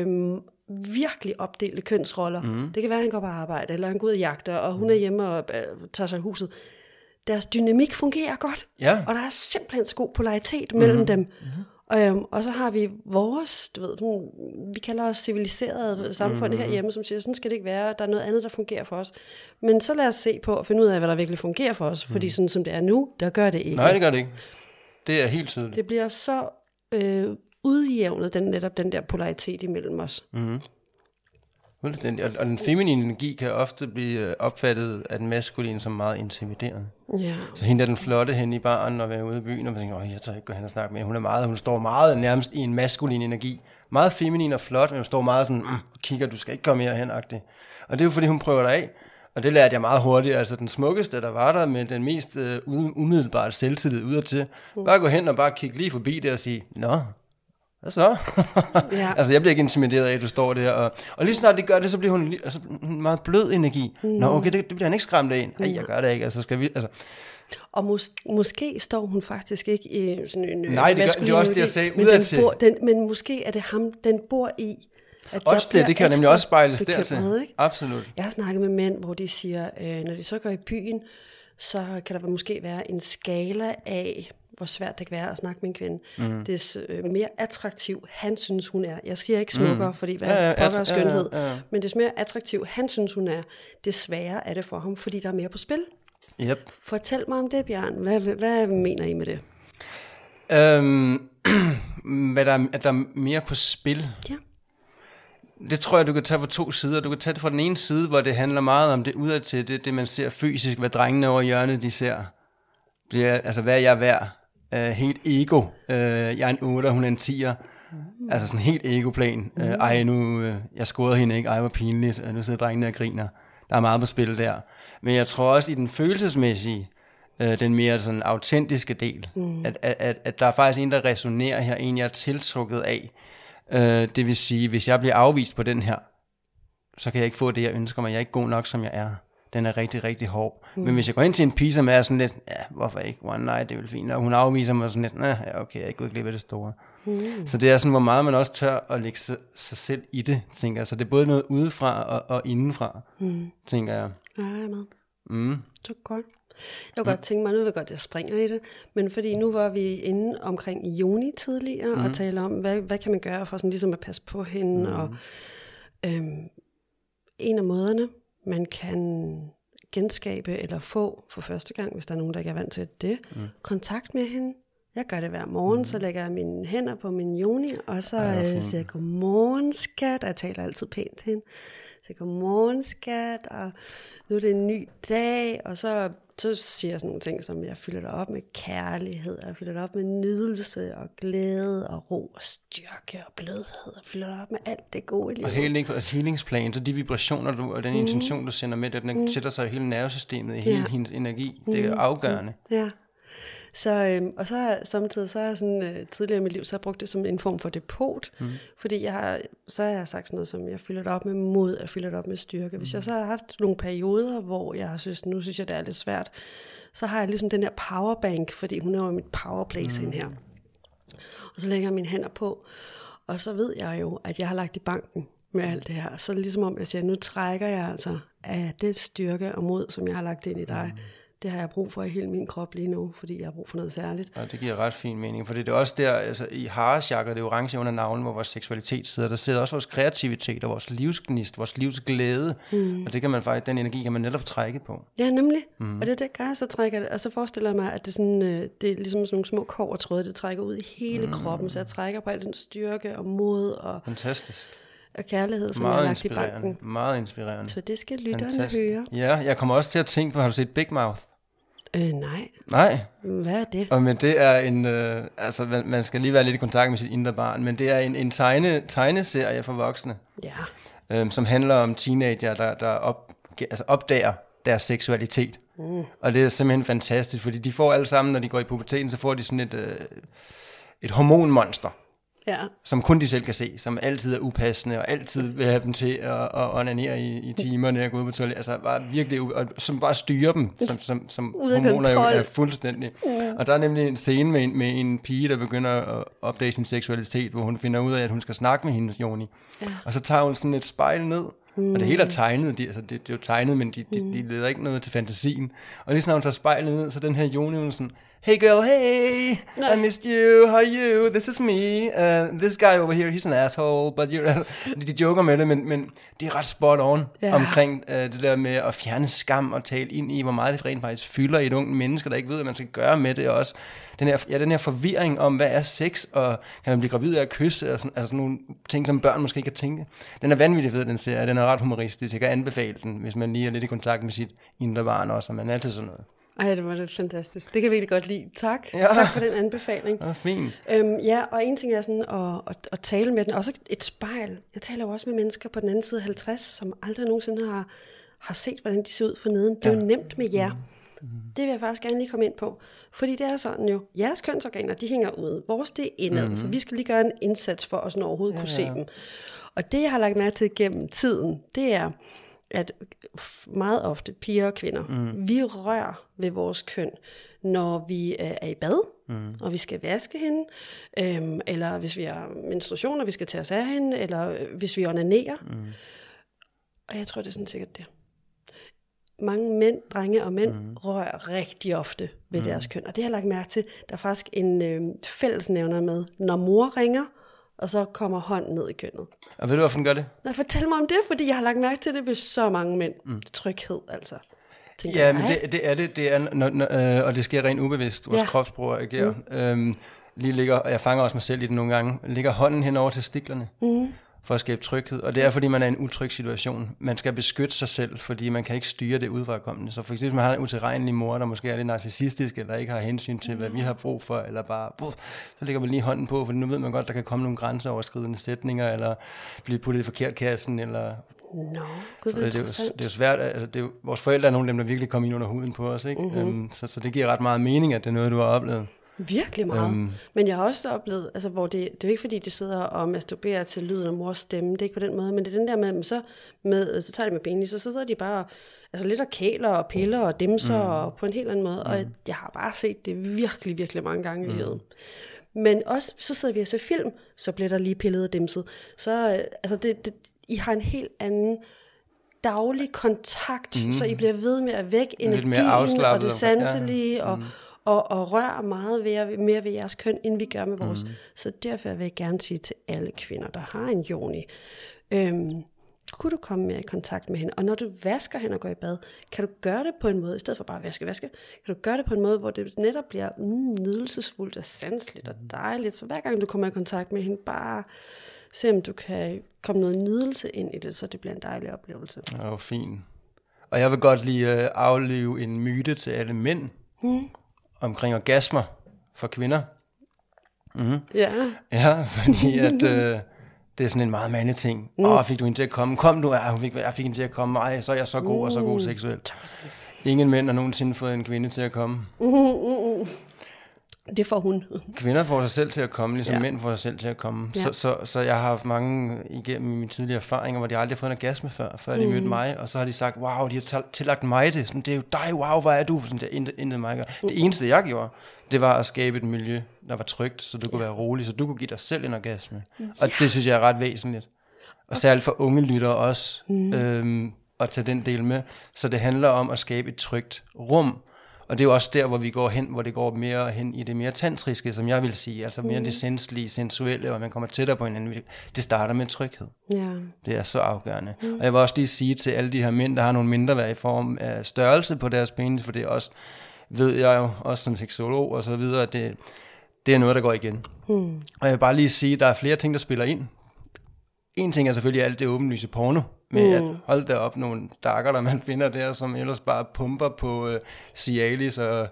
virkelig opdelte kønsroller. Det kan være, at han går på arbejde, eller han går ud og jagter, og hun er hjemme og tager sig i huset. Deres dynamik fungerer godt, og der er simpelthen så god polaritet mellem dem. Og så har vi vores, vi kalder os civiliserede samfund herhjemme, som siger, sådan skal det ikke være, der er noget andet, der fungerer for os. Men så lad os se på og finde ud af, hvad der virkelig fungerer for os, fordi sådan som det er nu, der gør det ikke. Nej, det gør det ikke. Det er helt tydeligt. Det bliver så udjævnet, netop den der polaritet imellem os. Fuldstændig. Og den feminine energi kan ofte blive opfattet af den maskuline som meget intimiderende. Ja. Så hende er den flotte hen i baren og være ude i byen, og man tænker, jeg tør ikke gå hen og snakke med. Hun står meget nærmest i en maskulin energi. Meget feminin og flot, men hun står meget sådan, og kigger, du skal ikke komme mere hen-agtigt. Og det er jo fordi, hun prøver dig af. Og det lærte jeg meget hurtigt. Altså den smukkeste, der var der med den mest umiddelbare selvtillid udadtil. Bare gå hen og bare kigge lige forbi det og sige, nå, hvad så? Altså jeg bliver ikke intimideret af, at du står der. Og lige snart det gør det, så bliver hun en meget blød energi. Nå okay, det bliver han ikke skræmt af. Nej, jeg gør det ikke. Altså skal vi... Altså. Og måske står hun faktisk ikke i sådan en nej, det er også det, jeg sagde udadtil. Men måske er det ham, den bor i. Også det kan nemlig også spejles dertil. Absolut. Jeg har snakket med mænd, hvor de siger, når de så går i byen, så kan der måske være en skala af, hvor svært det kan være at snakke med en kvinde. Det er mere attraktiv, han synes, hun er. Jeg siger ikke smukkere, fordi hvad pågår skønhed. Men det er mere attraktiv, han synes, hun er. Det sværere er det for ham, fordi der er mere på spil. Yep. Fortæl mig om det, Bjørn. Hvad mener I med det? At der er mere på spil? Ja. Det tror jeg, du kan tage fra to sider. Du kan tage det fra den ene side, hvor det handler meget om det udadtil, det man ser fysisk, hvad drengene over hjørnet, de ser. Altså, hvad er jeg værd? Helt ego. Jeg er en 8, hun er en 10'er. Altså sådan helt egoplan. Jeg scorede hende ikke. Hvor pinligt. Nu sidder drengene og griner. Der er meget på spil der. Men jeg tror også i den følelsesmæssige, den mere sådan autentiske del, at der er faktisk en, der resonerer her, en jeg er tiltrukket af. Det vil sige, hvis jeg bliver afvist på den her, så kan jeg ikke få det, jeg ønsker mig. Jeg er ikke god nok, som jeg er. Den er rigtig, rigtig hård. Men hvis jeg går ind til en pige, som er sådan lidt, hvorfor ikke? One night, det er vel fint. Og hun afviser mig sådan lidt, okay, jeg er ikke gået glip af det store. Så det er sådan, hvor meget man også tør at lægge sig selv i det, tænker jeg. Så det er både noget udefra og indenfra, tænker jeg. Ja, jeg er med. Så godt. Jeg kunne godt tænke mig, nu vil jeg godt, jeg springer i det, men fordi nu var vi inde omkring i juni tidligere, og tale om, hvad kan man gøre for sådan ligesom at passe på hende, og en af måderne, man kan genskabe eller få for første gang, hvis der er nogen, der ikke er vant til det, kontakt med hende. Jeg gør det hver morgen, så lægger jeg mine hænder på min Joni, og så siger jeg, godmorgen skat, og jeg taler altid pænt til hende. Så godmorgen skat, og nu er det en ny dag, og så siger jeg sådan nogle ting, som jeg fylder det op med kærlighed, og jeg fylder det op med nydelse, og glæde, og ro, og styrke, og blødhed, og fylder det op med alt det gode i livet. Og healingsplan, så de vibrationer, og den intention, du sender med, den sætter sig i hele nervesystemet, i hele hendes energi. Det er afgørende. Ja. Og så samtidig, så har jeg sådan, tidligere i mit liv, så har jeg brugt det som en form for depot, fordi så har jeg sagt sådan noget som, jeg fylder det op med mod, jeg fylder det op med styrke. Hvis jeg så har haft nogle perioder, hvor jeg nu synes jeg, det er lidt svært, så har jeg ligesom den her powerbank, fordi hun er jo mit powerplace ind her. Og så lægger jeg mine hænder på, og så ved jeg jo, at jeg har lagt i banken med alt det her. Så er det ligesom om, jeg siger, nu trækker jeg altså af det styrke og mod, som jeg har lagt ind i dig. Det har jeg brug for i hele min krop lige nu, fordi jeg har brug for noget særligt. Ja, det giver ret fin mening, for det er også der, altså i harechakra, det orange under navlen, hvor vores seksualitet sidder, der sidder også vores kreativitet og vores livsgnist, vores livsglæde, og det kan man faktisk, den energi kan man netop trække på. Ja, nemlig. Og det gør jeg, så trækker det, og så forestiller jeg mig, at det er, sådan, det er ligesom sådan nogle små kobbertråde, det trækker ud i hele kroppen, så jeg trækker på al den styrke og mod og... Fantastisk. Og kærlighed, som jeg har lagt i banken. Meget inspirerende. Så det skal lytterne høre. Ja, jeg kommer også til at tænke på, har du set Big Mouth? Nej. Nej? Hvad er det? Men det er en, altså man skal lige være lidt i kontakt med sit indre barn, men det er en tegneserie for voksne, som handler om teenager, der opdager deres seksualitet. Og det er simpelthen fantastisk, fordi de får alle sammen, når de går i puberteten, så får de sådan et hormonmonster. Ja. Som kun de selv kan se, som altid er upassende, og altid vil have dem til at onanere i timerne og gå ud på toilet, altså bare virkelig, og som bare styrer dem, som hormoner jo er fuldstændig. Og der er nemlig en scene med en pige, der begynder at opdage sin seksualitet, hvor hun finder ud af, at hun skal snakke med hendes Joni. Ja. Og så tager hun sådan et spejl ned, og det hele er tegnet, det er jo tegnet, men de leder ikke noget til fantasien. Og lige sådan, når hun tager spejlet ned, så den her Joni, hun sådan, hey girl, hey, I missed you, how are you, this is me, this guy over here, he's an asshole, but de joker med det, men det er ret spot on omkring det der med at fjerne skam og tale ind i, hvor meget det rent faktisk fylder i et ungt menneske, der ikke ved, hvad man skal gøre med det, og også den her forvirring om, hvad er sex, og kan man blive gravid af at kysse, og sådan nogle ting, som børn måske ikke kan tænke. Den er vanvittig fed, den serie, den er ret humoristisk, jeg kan anbefale den, hvis man lige er lidt i kontakt med sit indre barn også, og man er altid sådan noget. Ej, det var det fantastisk. Det kan jeg virkelig godt lide. Tak. Ja. Tak for den anbefaling. Det var fint. Ja, og en ting er sådan at tale med den. Også et spejl. Jeg taler jo også med mennesker på den anden side af 50, som aldrig nogensinde har set, hvordan de ser ud for neden. Det er jo nemt med jer. Det vil jeg faktisk gerne lige komme ind på. Fordi det er sådan jo, jeres kønsorganer, de hænger ud. Vores, det er indad. Så vi skal lige gøre en indsats for os, når overhovedet kunne se dem. Og det, jeg har lagt mærke til gennem tiden, det er, at meget ofte piger og kvinder, vi rører ved vores køn, når vi er i bad, og vi skal vaske hende, eller hvis vi har menstruation, og vi skal tage os af hende, eller hvis vi onanerer. Og jeg tror, det er sådan sikkert det. Mange mænd, drenge og mænd, rører rigtig ofte ved deres køn. Og det har jeg lagt mærke til. Der er faktisk en fællesnævner med, når mor ringer, og så kommer hånden ned i kønnet. Og ved du, hvorfor den gør det? Nej, fortæl mig om det, fordi jeg har lagt mærke til det ved så mange mænd. Tryghed, altså. Tænker ja, men det er, og det sker rent ubevidst. Vores kropsbrug agerer. Lige ligger, og jeg fanger også mig selv i det nogle gange, ligger hånden henover til stiklerne. For at skabe tryghed. Og det er, fordi man er i en utryg situation. Man skal beskytte sig selv, fordi man kan ikke styre det udefrakommende. Så for eksempel, hvis man har en utilregnelig mor, der måske er lidt narcissistisk, eller ikke har hensyn til, hvad vi har brug for, eller bare, så lægger man lige hånden på, for nu ved man godt, der kan komme nogle grænseoverskridende sætninger, eller blive puttet i forkert kassen, eller... Gud, det er jo svært, altså vores forældre er nogle af dem, der virkelig kommer ind under huden på os, ikke? Så det giver ret meget mening, at det er noget, du har oplevet. Virkelig meget. Men jeg har også oplevet, altså, hvor det er jo ikke fordi, de sidder og masturberer til lyden af mors stemme, det er ikke på den måde, men det er den der med, så tager de med benene, så sidder de bare lidt og kæler og piller og dimser og på en helt anden måde, og jeg har bare set det virkelig, virkelig mange gange i livet. Men også, så sidder vi og ser film, så bliver der lige pillet og dimset. Så I har en helt anden daglig kontakt, så I bliver ved med at vække energien og det sanselige, og rører meget mere ved jeres køn, end vi gør med vores. Så derfor vil jeg gerne sige til alle kvinder, der har en Joni, kunne du komme mere i kontakt med hende? Og når du vasker hende og går i bad, kan du gøre det på en måde, i stedet for bare at vaske, kan du gøre det på en måde, hvor det netop bliver nydelsesfuldt og sanseligt og dejligt. Så hver gang du kommer i kontakt med hende, bare se om du kan komme noget nydelse ind i det, så det bliver en dejlig oplevelse. Fint. Og jeg vil godt lige aflive en myte til alle mænd, omkring orgasmer for kvinder. Ja, fordi at det er sådan en meget mandlig ting. Fik du hende til at komme? Kom du? Jeg fik hende til at komme. Ej, så er jeg så god og så god seksuelt. Ingen mænd har nogensinde fået en kvinde til at komme. Det får hun. Kvinder får sig selv til at komme, ligesom mænd får sig selv til at komme. Ja. Så jeg har haft mange igennem mine tidligere erfaringer, hvor de aldrig har fået en orgasme før de mødte mig, og så har de sagt, wow, de har tillagt mig det. Sådan, det er jo dig, wow, hvor er du? Sådan, det er intet mig gør. Det eneste, jeg gjorde, det var at skabe et miljø, der var trygt, så du kunne være rolig, så du kunne give dig selv en orgasme. Ja. Og det synes jeg er ret væsentligt. Og særligt for unge lyttere også, at tage den del med. Så det handler om at skabe et trygt rum. Og det er jo også der, hvor vi går hen, hvor det går mere hen i det mere tantriske, som jeg vil sige. Altså mere det sanselige, sensuelle, og man kommer tættere på hinanden. Det starter med tryghed. Ja. Det er så afgørende. Og jeg vil også lige sige til alle de her mænd, der har nogle mindre værd i form af størrelse på deres penis, for det er også, ved jeg jo, også som seksolog og så videre, at det er noget, der går igen. Og jeg vil bare lige sige, at der er flere ting, der spiller ind. En ting er selvfølgelig alt det åbenlyse porno, med at holde der op nogle dakker, der man finder der, som ellers bare pumper på Cialis og,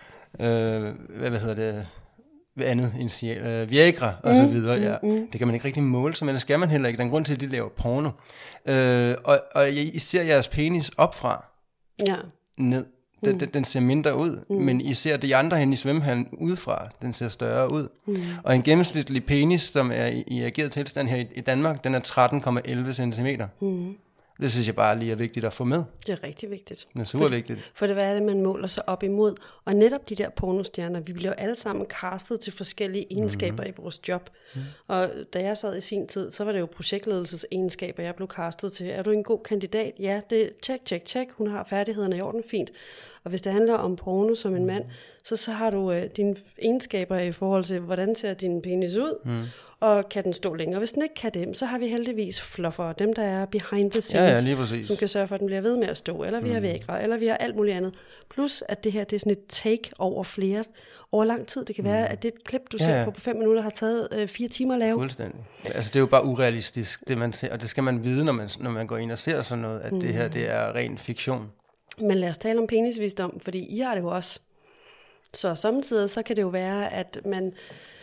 hvad andet end Viagra og så videre. Ja. Det kan man ikke rigtig måle, så det skal man heller ikke. Der er en grund til, at de laver porno. Og I ser jeres penis opfra, ned. Den ser mindre ud, men I ser de andre hen i svømmehallen udefra, den ser større ud. Og en gennemsnitlig penis, som er i ageret tilstand her i Danmark, den er 13,11 centimeter. Det synes jeg bare lige er vigtigt at få med. Det er rigtig vigtigt. Det er super vigtigt. For det hvad er det, man måler sig op imod? Og netop de der pornostjerner, vi bliver jo alle sammen castet til forskellige egenskaber i vores job. Og da jeg sad i sin tid, så var det jo projektledelsesegenskaber, jeg blev castet til. Er du en god kandidat? Ja, det tjek. Hun har færdighederne i orden, fint. Og hvis det handler om porno som en mand, så har du dine egenskaber i forhold til, hvordan ser din penis ud, og kan den stå længere. Hvis den ikke kan det, så har vi heldigvis fluffer, dem der er behind the scenes, som kan sørge for, at den bliver ved med at stå, eller vi har Viagra, eller vi har alt muligt andet. Plus, at det her, det er sådan et take over lang tid. Det kan være, at det klip, du ser på 5 minutter, har taget 4 timer at lave. Fuldstændig. Altså, det er jo bare urealistisk, det man ser, og det skal man vide, når man går ind og ser sådan noget, at det her, det er ren fiktion. Men lad os tale om penisvisdom, fordi I har det jo også. Så samtidig så kan det jo være, at man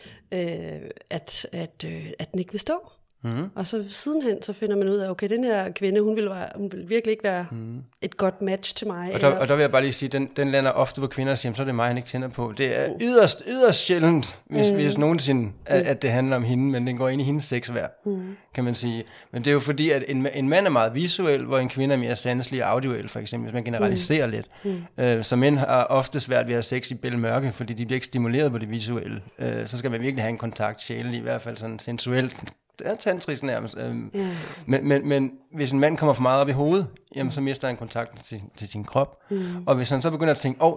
at den ikke vil stå. Og så sidenhen, så finder man ud af, okay, den her kvinde, hun vil virkelig ikke være et godt match til mig. Og der vil jeg bare lige sige, den lander ofte på kvinder og siger, så er det mig, han ikke tænder på. Det er yderst sjældent, hvis nogensinde, at det handler om hende, men den går ind i hendes sexværd, kan man sige. Men det er jo fordi, at en mand er meget visuel, hvor en kvinde er mere sanselig og audiovel, for eksempel, hvis man generaliserer lidt. Så mænd har ofte svært ved at have sex i bælmørke, fordi de bliver ikke stimuleret på det visuelle. Så skal man virkelig have en kontakt sjældent, i hvert fald sådan sensuelt. Det er tantrisk nærmest. Men hvis en mand kommer for meget op i hovedet, jamen, så mister han kontakten til sin krop. Og hvis han så begynder at tænke,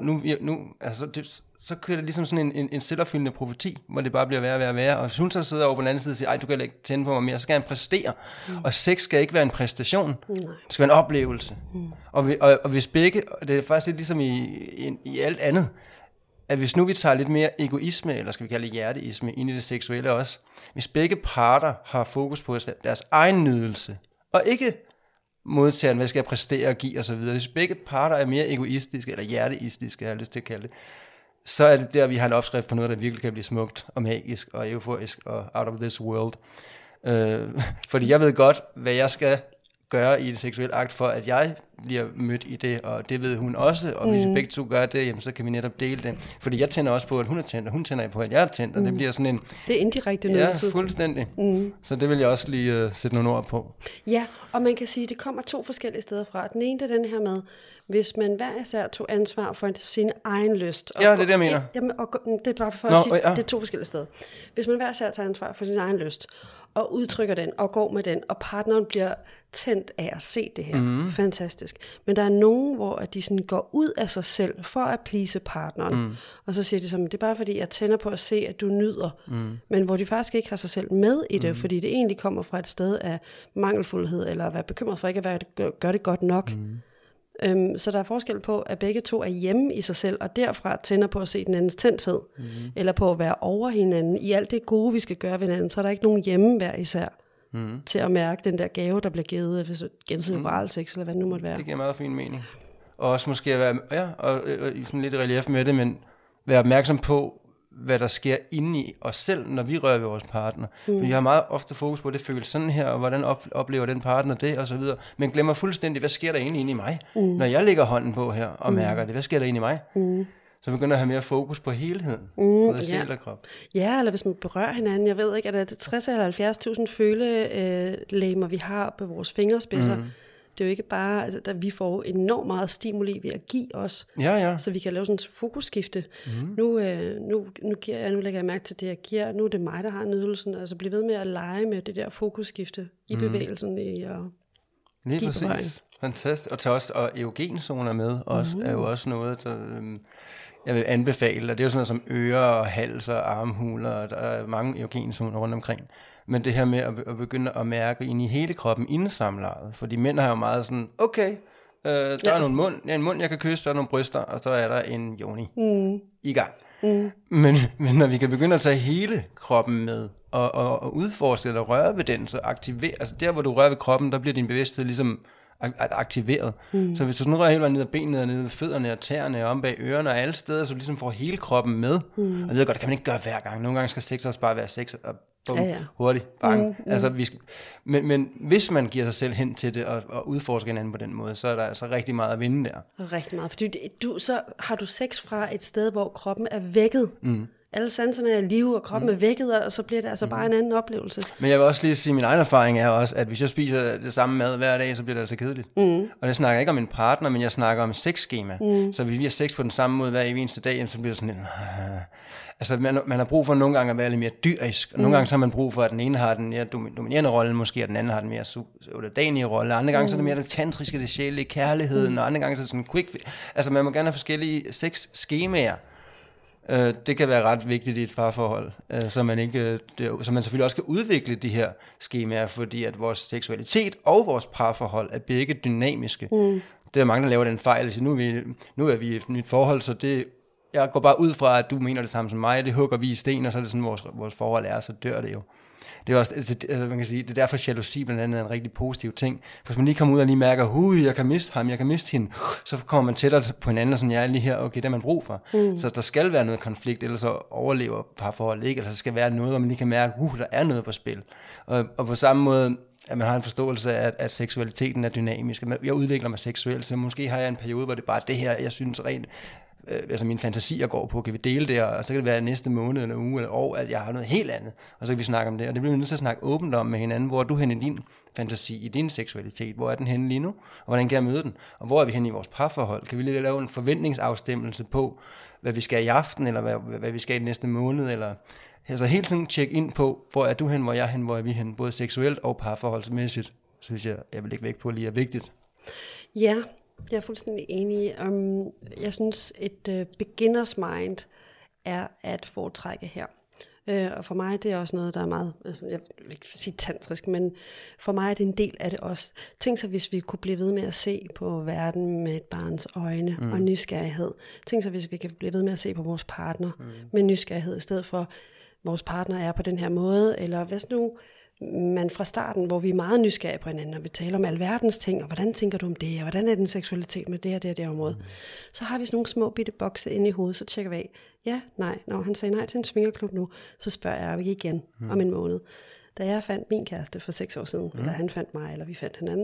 så kører det ligesom sådan en selvopfyldende profeti, hvor det bare bliver værre. Og hvis hun så sidder over på den anden side og siger, du kan ikke tænde på mig mere, så skal han præstere. Og sex skal ikke være en præstation. Det skal være en oplevelse. Og hvis begge, og det er faktisk lidt ligesom i alt andet, at hvis nu vi tager lidt mere egoisme, eller skal vi kalde det hjerteisme, ind i det seksuelle også, hvis begge parter har fokus på deres egen nydelse, og ikke modtageren, hvad skal jeg præstere og give osv., hvis begge parter er mere egoistiske, eller hjerteistiske, har jeg lyst til at kalde det, så er det der, vi har en opskrift på noget, der virkelig kan blive smukt, og magisk, og euforisk, og out of this world. Fordi jeg ved godt, hvad jeg skal gøre i det seksuelle akt, for at jeg bliver mødt i det, og det ved hun også, og hvis vi begge to gør det, jamen, så kan vi netop dele det. Fordi jeg tænder også på, at hun er tændt, og hun tænder på, at jeg er tændt, og det bliver sådan en... Det er indirekte nødtid. Ja, fuldstændig. Så det vil jeg også lige sætte nogle ord på. Ja, og man kan sige, at det kommer 2 forskellige steder fra. Den ene er den her med, hvis man hver især tog ansvar for sin egen lyst. Ja, det er det, jeg mener. Jamen, det er bare for at sige, det er 2 forskellige steder. Hvis man hver især tager ansvar for sin egen lyst, og udtrykker den, og går med den, og partneren bliver tændt af at se det her. Fantastisk. Men der er nogen, hvor de sådan går ud af sig selv, for at please partneren. Og så siger de sådan, det er bare fordi, jeg tænder på at se, at du nyder. Men hvor de faktisk ikke har sig selv med i det, fordi det egentlig kommer fra et sted af mangelfuldhed, eller at være bekymret for ikke at gøre det godt nok. Så der er forskel på, at begge to er hjemme i sig selv, og derfra tænder på at se den andens tændthed, eller på at være over hinanden. I alt det gode, vi skal gøre ved hinanden, så er der ikke nogen hjemme hver især, til at mærke den der gave, der bliver givet, hvis gensidig oralsex, eller hvad det nu måtte være. Det giver meget fin mening. Og også måske at være, og sådan lidt relief med det, men være opmærksom på, hvad der sker inde i os selv, når vi rører ved vores partner. Vi har meget ofte fokus på, at det føles sådan her, og hvordan oplever den partner det, og så videre. Men glemmer fuldstændig, hvad sker der inde i mig, når jeg lægger hånden på her og mærker det. Hvad sker der inde i mig? Så begynder at have mere fokus på helheden, både sjæl og krop. Ja, eller hvis man berører hinanden. Jeg ved ikke, at det er 60 eller 70.000 følelemmer, vi har på vores fingerspidser. Det er jo ikke bare, altså, vi får enormt meget stimuli ved at give os, så vi kan lave sådan et fokusskifte. Nu lægger jeg mærke til det, jeg giver. Nu er det mig, der har nydelsen. Altså blive ved med at lege med det der fokusskifte i bevægelsen. Lige præcis. Fantastisk. Og erogenzoner med også, er jo også noget, der jeg vil anbefale. Og det er jo sådan noget som ører og hals og armhuler, og der er mange erogenzoner rundt omkring. Men det her med at begynde at mærke ind i hele kroppen inden samlejet. Fordi mænd har jo meget sådan, okay, der er en mund, jeg kan kysse, der er nogle bryster, og så er der en yoni i gang. Men når vi kan begynde at tage hele kroppen med, og udforske eller røre ved den, så aktivere, altså der hvor du rører ved kroppen, der bliver din bevidsthed ligesom aktiveret. Så hvis du nu rører hele vejen ned ad benene, og ned ad fødderne og tæerne, og om bag ørerne og alle steder, så du ligesom får hele kroppen med. Og jeg ved godt, det kan man ikke gøre hver gang. Nogle gange skal sex også bare være sex, og hurtigt, bang. Altså, men hvis man giver sig selv hen til det, og udforsker hinanden på den måde, så er der altså rigtig meget at vinde der. Rigtig meget, fordi så har du sex fra et sted, hvor kroppen er vækket. Alle sanserne er i live, og kroppen er vækket, og så bliver det altså bare en anden oplevelse. Men jeg vil også lige sige, at min egen erfaring er også, at hvis jeg spiser det samme mad hver dag, så bliver det altså kedeligt. Og jeg snakker ikke om en partner, men jeg snakker om sexskema. Så hvis vi har sex på den samme måde hver eneste dag, så bliver det sådan lidt... Altså man har brug for nogle gange at være lidt mere dyrisk, og nogle gange så har man brug for, at den ene har den mere dominerende rolle, måske, og den anden har den mere underdanige rolle, og andre gange så er det mere det tantriske, det sjælige, kærligheden, og andre gange så er det sådan quick... Altså man må gerne have forskellige sexskemaer. Det kan være ret vigtigt i et parforhold, så man selvfølgelig også kan udvikle de her skemaer, fordi at vores seksualitet og vores parforhold er begge dynamiske. Det er mange, der laver den fejl, at nu er vi i et nyt forhold, så det... Jeg går bare ud fra, at du mener det samme som mig, det hugger vi i sten, og så er det sådan, vores forhold er, så dør det jo. Det er også, man kan sige, det er derfor jalousi blandt andet er en rigtig positiv ting. Hvis man lige kommer ud og lige mærker, jeg kan miste ham, jeg kan miste hende, så kommer man tættere på hinanden, og sådan, jeg er lige her, okay, det er man brug for. Så der skal være noget konflikt, ellers så overlever parforholdet ikke, eller så skal være noget, hvor man lige kan mærke, der er noget på spil. Og på samme måde, at man har en forståelse af, at seksualiteten er dynamisk. Jeg udvikler mig seksuelt, så måske har jeg en periode, hvor det bare er det her, jeg synes rent... altså mine fantasier går på, kan vi dele det, og så kan det være næste måned eller uge eller år, at jeg har noget helt andet, og så kan vi snakke om det, og det bliver vi nødt til at snakke åbent om med hinanden. Hvor er du henne i din fantasi, i din seksualitet, hvor er den henne lige nu, og hvordan kan jeg møde den, og hvor er vi henne i vores parforhold, kan vi lige lave en forventningsafstemmelse på, hvad vi skal i aften, eller hvad vi skal i den næste måned, eller altså helt sådan tjekke ind på, hvor er du hen, hvor jeg er hen, hvor er vi hen, både seksuelt og parforholdsmæssigt, synes jeg vil lægge vægt på lige er vigtigt. Ja, jeg er fuldstændig enig. Jeg synes, et beginners mind er at foretrække her. Og for mig det er også noget, der er meget, altså jeg vil ikke sige tantrisk, men for mig er det en del af det også. Tænk så, hvis vi kunne blive ved med at se på verden med et barns øjne og nysgerrighed. Tænk så, hvis vi kan blive ved med at se på vores partner med nysgerrighed, i stedet for, vores partner er på den her måde, eller hvis nu man fra starten, hvor vi er meget nysgerrige på hinanden, og vi taler om alverdens ting, og hvordan tænker du om det, og hvordan er din seksualitet med det og det og det område, så har vi sådan nogle små bitte bokse inde i hovedet, så tjekker vi af, ja, nej, når han sagde nej til en swingerklub nu, så spørger jeg igen om en måned. Da jeg fandt min kæreste for 6 år siden, eller han fandt mig, eller vi fandt hinanden,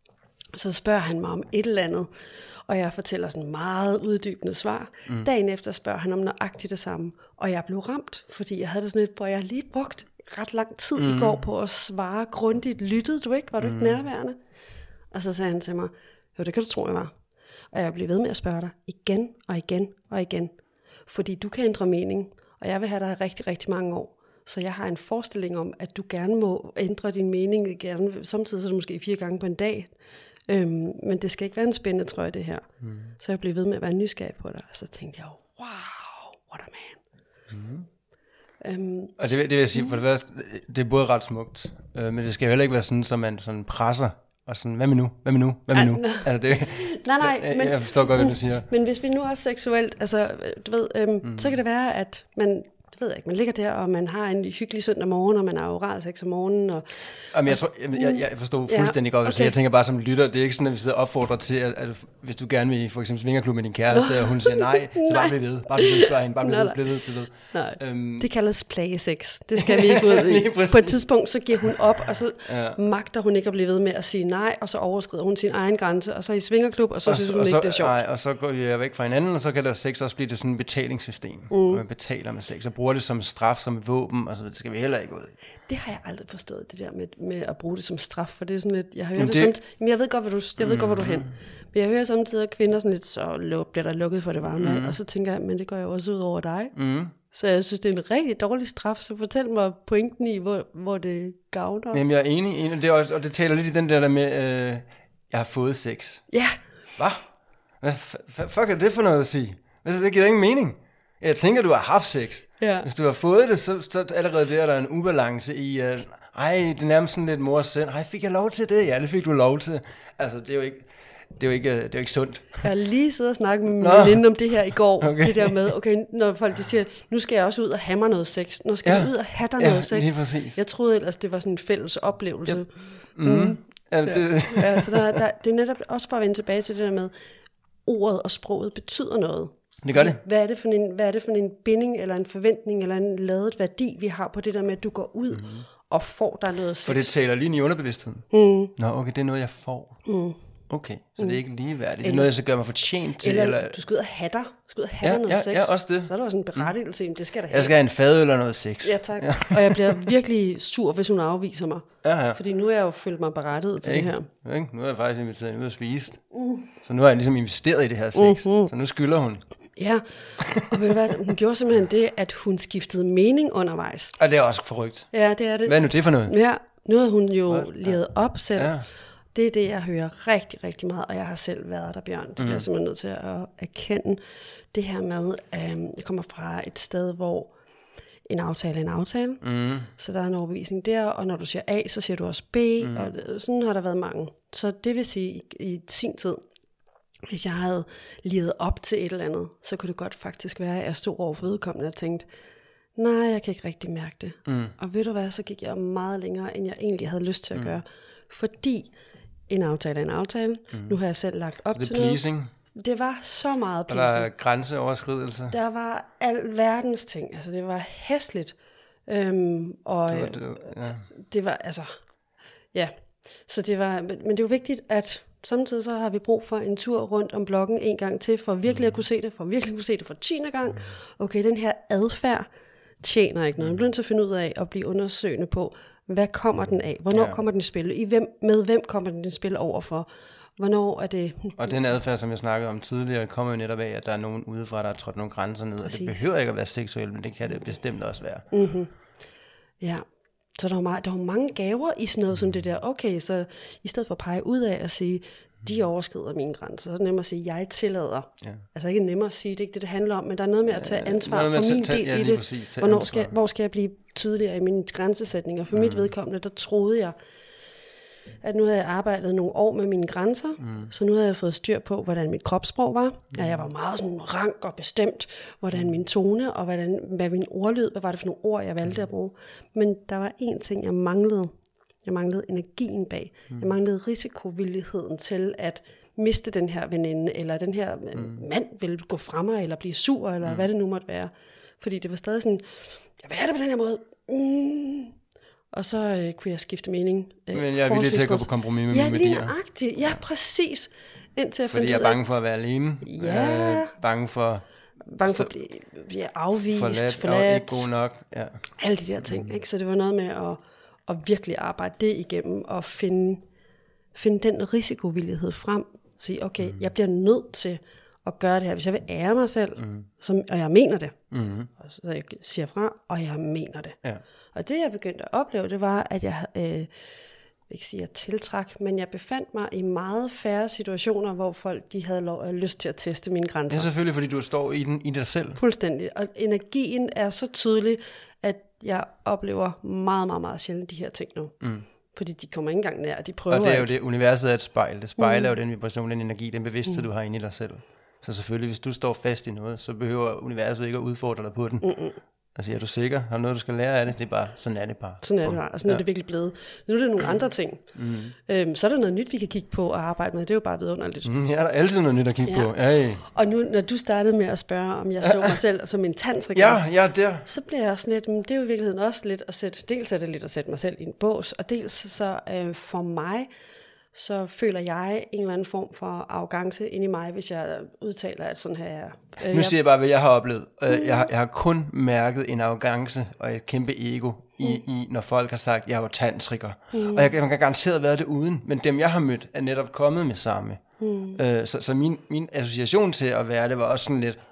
så spørger han mig om et eller andet, og jeg fortæller sådan meget uddybende svar. Dagen efter spørger han om nøjagtigt det samme, og jeg blev ramt, fordi jeg havde det sådan lidt, hvor jeg lige brugt ret lang tid i går på at svare grundigt. Lyttede du ikke? Var du ikke nærværende? Og så sagde han til mig, jo, det kan du tro, jeg var. Og jeg blev ved med at spørge dig igen og igen og igen. Fordi du kan ændre mening, og jeg vil have dig i rigtig, rigtig mange år. Så jeg har en forestilling om, at du gerne må ændre din mening. Gerne, samtidig så er det måske 4 gange på en dag. Men det skal ikke være en spændende trøje, det her. Så jeg blev ved med at være nysgerrig på dig. Og så tænkte jeg, wow, what a man. Og det vil jeg sige, for det første, det er både ret smukt, men det skal jo heller ikke være sådan, så man sådan presser, og sådan, hvad med nu? Altså det, nej, men, jeg forstår godt, hvad du siger. Men hvis vi nu er seksuelt, altså, du ved, så kan det være, at man det ved jeg ikke, man ligger der, og man har en hyggelig søndag morgen, og man har oralsex om morgenen. Og, jamen, jeg forstår fuldstændig godt, okay. Jeg tænker bare som lytter, det er ikke sådan, at vi sidder og opfordrer til, at hvis du gerne vil for eksempel svingerklub med din kæreste, og hun siger nej, så bare bliv ved. Bare bliv ved, spørg hende, bare bliv ved. Nej, det kaldes plagesex. Det skal vi ikke ud i. På et tidspunkt, så giver hun op, og så magter hun ikke at blive ved med at sige nej, og så overskrider hun sin egen grænse, og så i svingerklub, og så synes hun ikke, det er sjovt. Nej, og så går jeg væk fra hinanden, og så kan der sex også blive til sådan et betalingssystem, hvor man betaler med sex, og bruger det som straf, som et våben, og så det skal vi heller ikke ud i. Det har jeg aldrig forstået, det der med at bruge det som straf, for det er sådan lidt, jeg hører det men jeg ved godt, hvor du er hen. Men jeg hører samtidig, at kvinder sådan lidt, så bliver der lukket for det varme, og så tænker jeg, men det går jo også ud over dig. Så jeg synes, det er en rigtig dårlig straf, så fortæl mig pointen i, hvor det gavner. Jamen, jeg er enig og det taler lidt i den der med, jeg har fået sex. Ja. Hvad fuck er det for noget at sige? Det giver ingen mening. Jeg tænker, du har haft sex. Ja. Hvis du har fået det, så allerede der er der en ubalance i, det er nærmest sådan lidt mor sind. Fik jeg lov til det? Ja, det fik du lov til. Altså, det er jo ikke sundt. Jeg har lige siddet og snakket med min veninde om det her i går. Okay. Det der med, når folk de siger, nu skal jeg også ud og have mig noget sex. Nu skal jeg ud og have dig noget sex. Lige præcis. Jeg troede ellers, det var sådan en fælles oplevelse. Yep. Så det er netop også for at vende tilbage til det der med, ordet og sproget betyder noget. Det gør det. Hvad er det for en binding, eller en forventning, eller en ladet værdi, vi har på det der med, at du går ud og får dig noget sex? For det taler lige i underbevidstheden. Nå, okay, det er noget, jeg får. Okay, så det er ikke ligeværdigt. Det er noget, jeg skal gøre mig fortjent til. Eller du skal ud og have dig. Du skal ud og have noget sex. Ja, også det. Så er der også en berettigelse. Det skal der have. Jeg skal have en fadøl eller noget sex. Ja, tak. Og jeg bliver virkelig sur, hvis hun afviser mig. Ja. Fordi nu er jeg jo følt mig berettiget til det her. Ikke? Nu er jeg faktisk inviteret hende ud og spist. Så nu har jeg ligesom investeret i det her sex. Så nu skylder hun. Ja, og ved du hvad, hun gjorde simpelthen det, at hun skiftede mening undervejs. Og det er også forrygt. Ja, det er det. Hvad er nu det for noget? Ja, nu havde hun jo levet op selv. Ja. Det er det, jeg hører rigtig, rigtig meget, og jeg har selv været der, Bjørn. Det bliver jeg simpelthen nødt til at erkende. Det her med, jeg kommer fra et sted, hvor en aftale er en aftale. Så der er en overbevisning der, og når du siger A, så siger du også B, og sådan har der været mange. Så det vil sige, i sin tid, hvis jeg havde levet op til et eller andet, så kunne det godt faktisk være, at jeg stod over for vedkommende og tænkte, nej, jeg kan ikke rigtig mærke det. Og ved du hvad, så gik jeg meget længere, end jeg egentlig havde lyst til at gøre. Fordi en aftale er en aftale. Nu har jeg selv lagt op til pleasing. Noget. Det var så meget pleasing. Og der er grænseoverskridelse. Der var al verdens ting. Altså, det var hæsligt. Det var altså... Ja, så det var... Men det er jo vigtigt, at samtidig så har vi brug for en tur rundt om blokken en gang til, for virkelig at kunne se det, for 10. gang. Okay, den her adfærd tjener ikke noget. Man bliver nødt til at finde ud af at blive undersøgende på, hvad kommer den af? Hvornår kommer den i spil? Med hvem kommer den i spil overfor? Hvornår er det... Og den adfærd, som jeg snakkede om tidligere, kommer jo netop af, at der er nogen udefra, der har trådt nogle grænser ned. Præcis. Og det behøver ikke at være seksuelt, men det kan det bestemt også være. Ja, så der er mange gaver i sådan noget som det der. Okay, så i stedet for at pege ud af at sige, de overskrider mine grænser, så er det nemmere at sige, jeg tillader. Ja. Altså ikke nemmere at sige, det er ikke det handler om, men der er noget med at tage ansvar for min del i det. Præcis, hvor skal jeg blive tydeligere i mine grænsesætninger? For mit vedkommende, der troede jeg, at nu havde jeg arbejdet nogle år med mine grænser, så nu havde jeg fået styr på, hvordan mit kropssprog var. Ja, jeg var meget sådan rank og bestemt, hvordan min tone og hvad min ordlyd, hvad var det for nogle ord, jeg valgte at bruge. Men der var én ting, jeg manglede. Jeg manglede energien bag. Jeg manglede risikovilligheden til at miste den her veninde, eller den her mand ville gå fra mig, eller blive sur, eller hvad det nu måtte være. Fordi det var stadig sådan, jeg vil have det på den her måde. Og så kunne jeg skifte mening. Men jeg er villig til at gå på kompromis med mine værdier. Ja, præcis. Indtil jeg fordi jeg er bange for at være alene. Ja. Bange for at blive afvist, forladt. Ikke god nok. Ja. Alle de der ting. Ikke? Så det var noget med at virkelig arbejde det igennem, og finde den risikovillighed frem. Sige, okay, jeg bliver nødt til at gøre det her. Hvis jeg vil ære mig selv, og jeg mener det, så jeg siger fra, og jeg mener det. Ja. Og det, jeg begyndte at opleve, det var, at jeg, ikke sige, jeg tiltrak, men jeg befandt mig i meget færre situationer, hvor folk de havde lyst til at teste mine grænser. Det er selvfølgelig, fordi du står i dig selv. Fuldstændig. Og energien er så tydelig, at jeg oplever meget, meget, meget sjældent de her ting nu. Fordi de kommer ikke engang nær, de prøver. Og det er jo det, universet er et spejl. Det spejler jo den vibration, den energi, den bevidsthed, du har inde i dig selv. Så selvfølgelig, hvis du står fast i noget, så behøver universet ikke at udfordre dig på den. Altså, er du sikker? Har du noget, du skal lære af det? Det er bare, sådan er det bare. Sådan er det bare, og sådan er det virkelig blevet. Nu er det nogle andre ting. Så er der noget nyt, vi kan kigge på og arbejde med. Det er jo bare vidunderligt. Ja, der er altid noget nyt at kigge på. Ja. Og nu, når du startede med at spørge, om jeg så mig selv som en tantriker, der. så bliver jeg også lidt, det er jo i virkeligheden også lidt at sætte, dels er det lidt at sætte mig selv i en bås, og dels så for mig, så føler jeg en eller anden form for arrogance inde i mig, hvis jeg udtaler, at sådan her er. Nu siger jeg bare, hvad jeg har oplevet. Jeg har kun mærket en arrogance og et kæmpe ego i når folk har sagt, at jeg var tantriker. Og jeg kan garanteret være det uden, men dem jeg har mødt er netop kommet med samme. Så min association til at være det var også sådan lidt,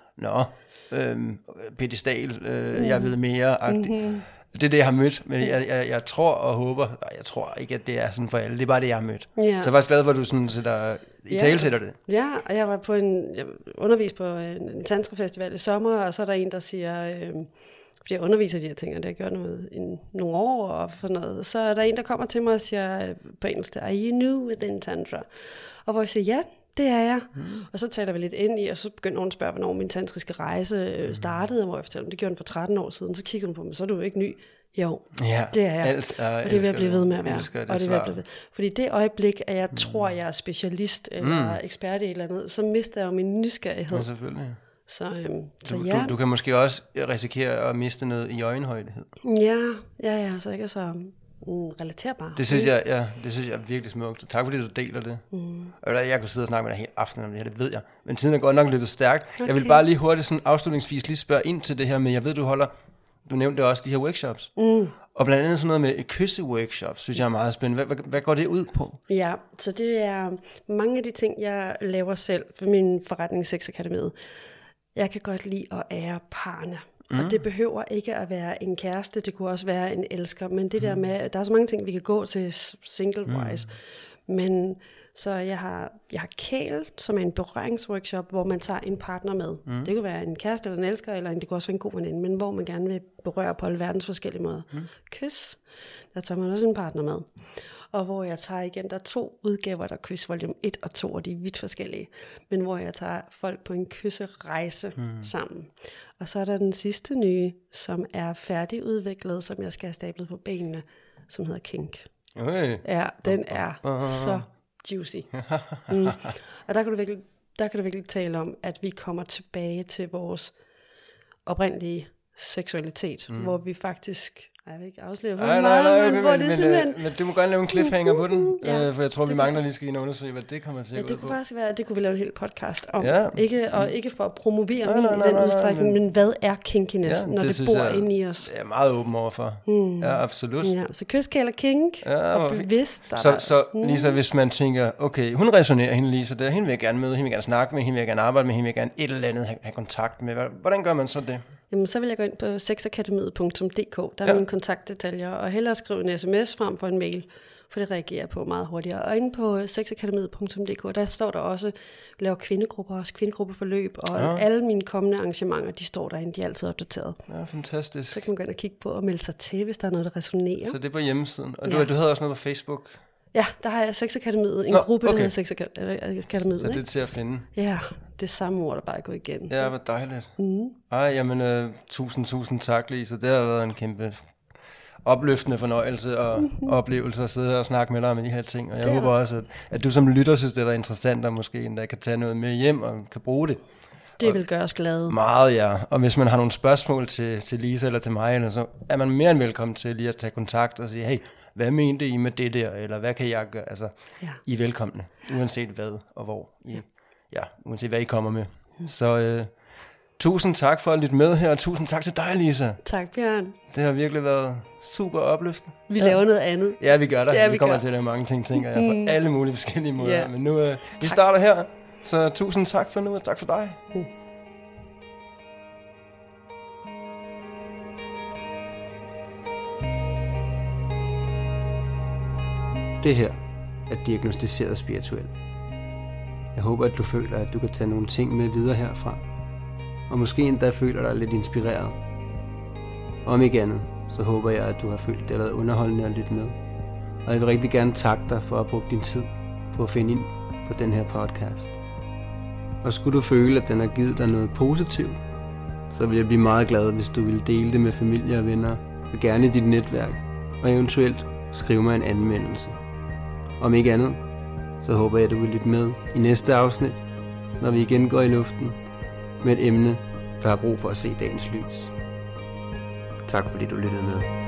pedestal, jeg ved mere-agtigt. Det er det, jeg har mødt, men jeg tror og håber, jeg tror ikke, at det er sådan for alle. Det er bare det, jeg har mødt. Ja. Så jeg er faktisk glad for, at du sådan sætter det. Ja, og jeg var på jeg underviste på en tantrafestival i sommer, og så er der en, der siger, fordi jeg underviser de her ting, og det har gjort noget i nogle år og for noget, så er der en, der kommer til mig og siger på engelsk, are you new within tantra? Og hvor jeg siger, ja, det er jeg. Og så taler vi lidt ind i, og så begynder hun at spørge, hvornår min tantriske rejse startede, og hvor jeg fortæller, det gjorde den for 13 år siden. Så kigger hun på mig, så er du jo ikke ny. Jo, det er jeg. Og det vil jeg blive ved med at være. Og det vil jeg blive ved. Fordi det øjeblik, at jeg tror, jeg er specialist eller ekspert i et eller andet, så mister jeg jo min nysgerrighed. Ja, selvfølgelig. Så du kan måske også risikere at miste noget i øjenhøjdighed. Ja, så ikke så relaterbar. Det synes jeg er virkelig smukt. Tak fordi du deler det. Jeg kunne sidde og snakke med dig hele aftenen om det her, det ved jeg. Men tiden er godt nok løbet stærkt. Okay. Jeg vil bare lige hurtigt sådan afslutningsvis lige spørge ind til det her med, jeg ved du nævnte også de her workshops. Og blandt andet sådan noget med kysseworkshops, synes jeg er meget spændende. Hvad går det ud på? Ja, så det er mange af de ting, jeg laver selv for min forretning Sexakademiet. Jeg kan godt lide at ære parne. Og det behøver ikke at være en kæreste, det kunne også være en elsker, men det der med, der er så mange ting, vi kan gå til single-wise, men så jeg har Kæl, som er en berøringsworkshop, hvor man tager en partner med. Det kunne være en kæreste eller en elsker, eller det kunne også være en god veninde, men hvor man gerne vil berøre på alle verdens forskellige måder. Kys, der tager man også en partner med. Og hvor jeg tager igen, der er 2 udgaver, der er Kys volume 1 og 2, og de er vidt forskellige. Men hvor jeg tager folk på en kysserejse sammen. Og så er der den sidste nye, som er færdigudviklet, som jeg skal have stablet på benene, som hedder Kink. Ja, den er så juicy. Og der kan du virkelig tale om, at vi kommer tilbage til vores oprindelige seksualitet, hvor vi faktisk... Jeg vil ikke afsløre for meget, men hvor det simpelthen... Men du må gerne lave en cliffhanger på den, for jeg tror, vi mangler lige skal ind og undersøge, hvad det kommer til at gå det kunne faktisk være, det kunne vi lave en hel podcast om. Ja. Ikke for at promovere min i den udstrækning, men hvad er kinkiness, når det bor inde i os? Jeg er meget åben overfor. Ja, absolut. Ja, så kys, kæld og kink, og bevidst. Så Lisa, hvis man tænker, okay, hun resonerer hende Lisa, der, hende vil jeg gerne møde, hende vil jeg gerne snakke med, hende vil jeg gerne arbejde med, hende vil jeg gerne et eller andet have kontakt med. Hvordan gør man så det? Jamen, så vil jeg gå ind på sexakademiet.dk. Der er mine kontaktdetaljer, og hellere skrive en sms frem for en mail, for det reagerer jeg på meget hurtigere. Og inde på sexakademiet.dk, der står der også, laver kvindegrupper, også kvindegruppeforløb, og alle mine kommende arrangementer, de står derinde, de er altid opdateret. Ja, fantastisk. Så kan man gå ind og kigge på og melde sig til, hvis der er noget, der resonerer. Så det er på hjemmesiden. Og du havde også noget på Facebook? Ja, der har jeg Sexakademiet, en gruppe, der hedder Sexakademiet. Så det er til at finde? Ja, det samme ord, der bare går igen. Ja, hvor dejligt. Jamen, tusind tak, Lisa. Det har været en kæmpe opløftende fornøjelse og oplevelse at sidde her og snakke med dig om de her ting. Og jeg håber også, at du som lytter synes, det er interessant, og måske endda kan tage noget med hjem og kan bruge det. Det vil gøre os glade. Meget, ja. Og hvis man har nogle spørgsmål til Lisa eller til mig, eller så er man mere end velkommen til lige at tage kontakt og sige, hey, hvad mente I med det der, eller hvad kan jeg gøre? Altså, I er velkomne, uanset hvad og hvor. Uanset hvad I kommer med. Så tusind tak for at lytte med her, og tusind tak til dig, Lisa. Tak, Bjørn. Det har virkelig været super opløftende. Vi laver noget andet. Ja, vi gør det. Ja, vi kommer til at lave mange ting, tænker jeg, på alle mulige forskellige måder. Ja. Men nu, vi starter her, så tusind tak for nu, og tak for dig. Det her er diagnosticeret spirituelt. Jeg håber, at du føler, at du kan tage nogle ting med videre herfra. Og måske endda føler dig lidt inspireret. Om ikke andet, så håber jeg, at du har følt, at det har været underholdende at lytte med. Og jeg vil rigtig gerne takke dig for at bruge din tid på at finde ind på den her podcast. Og skulle du føle, at den har givet dig noget positivt, så vil jeg blive meget glad, hvis du vil dele det med familie og venner, og gerne i dit netværk, og eventuelt skrive mig en anmeldelse. Om ikke andet, så håber jeg, at du vil lytte med i næste afsnit, når vi igen går i luften med et emne, der har brug for at se dagens lys. Tak fordi du lyttede med.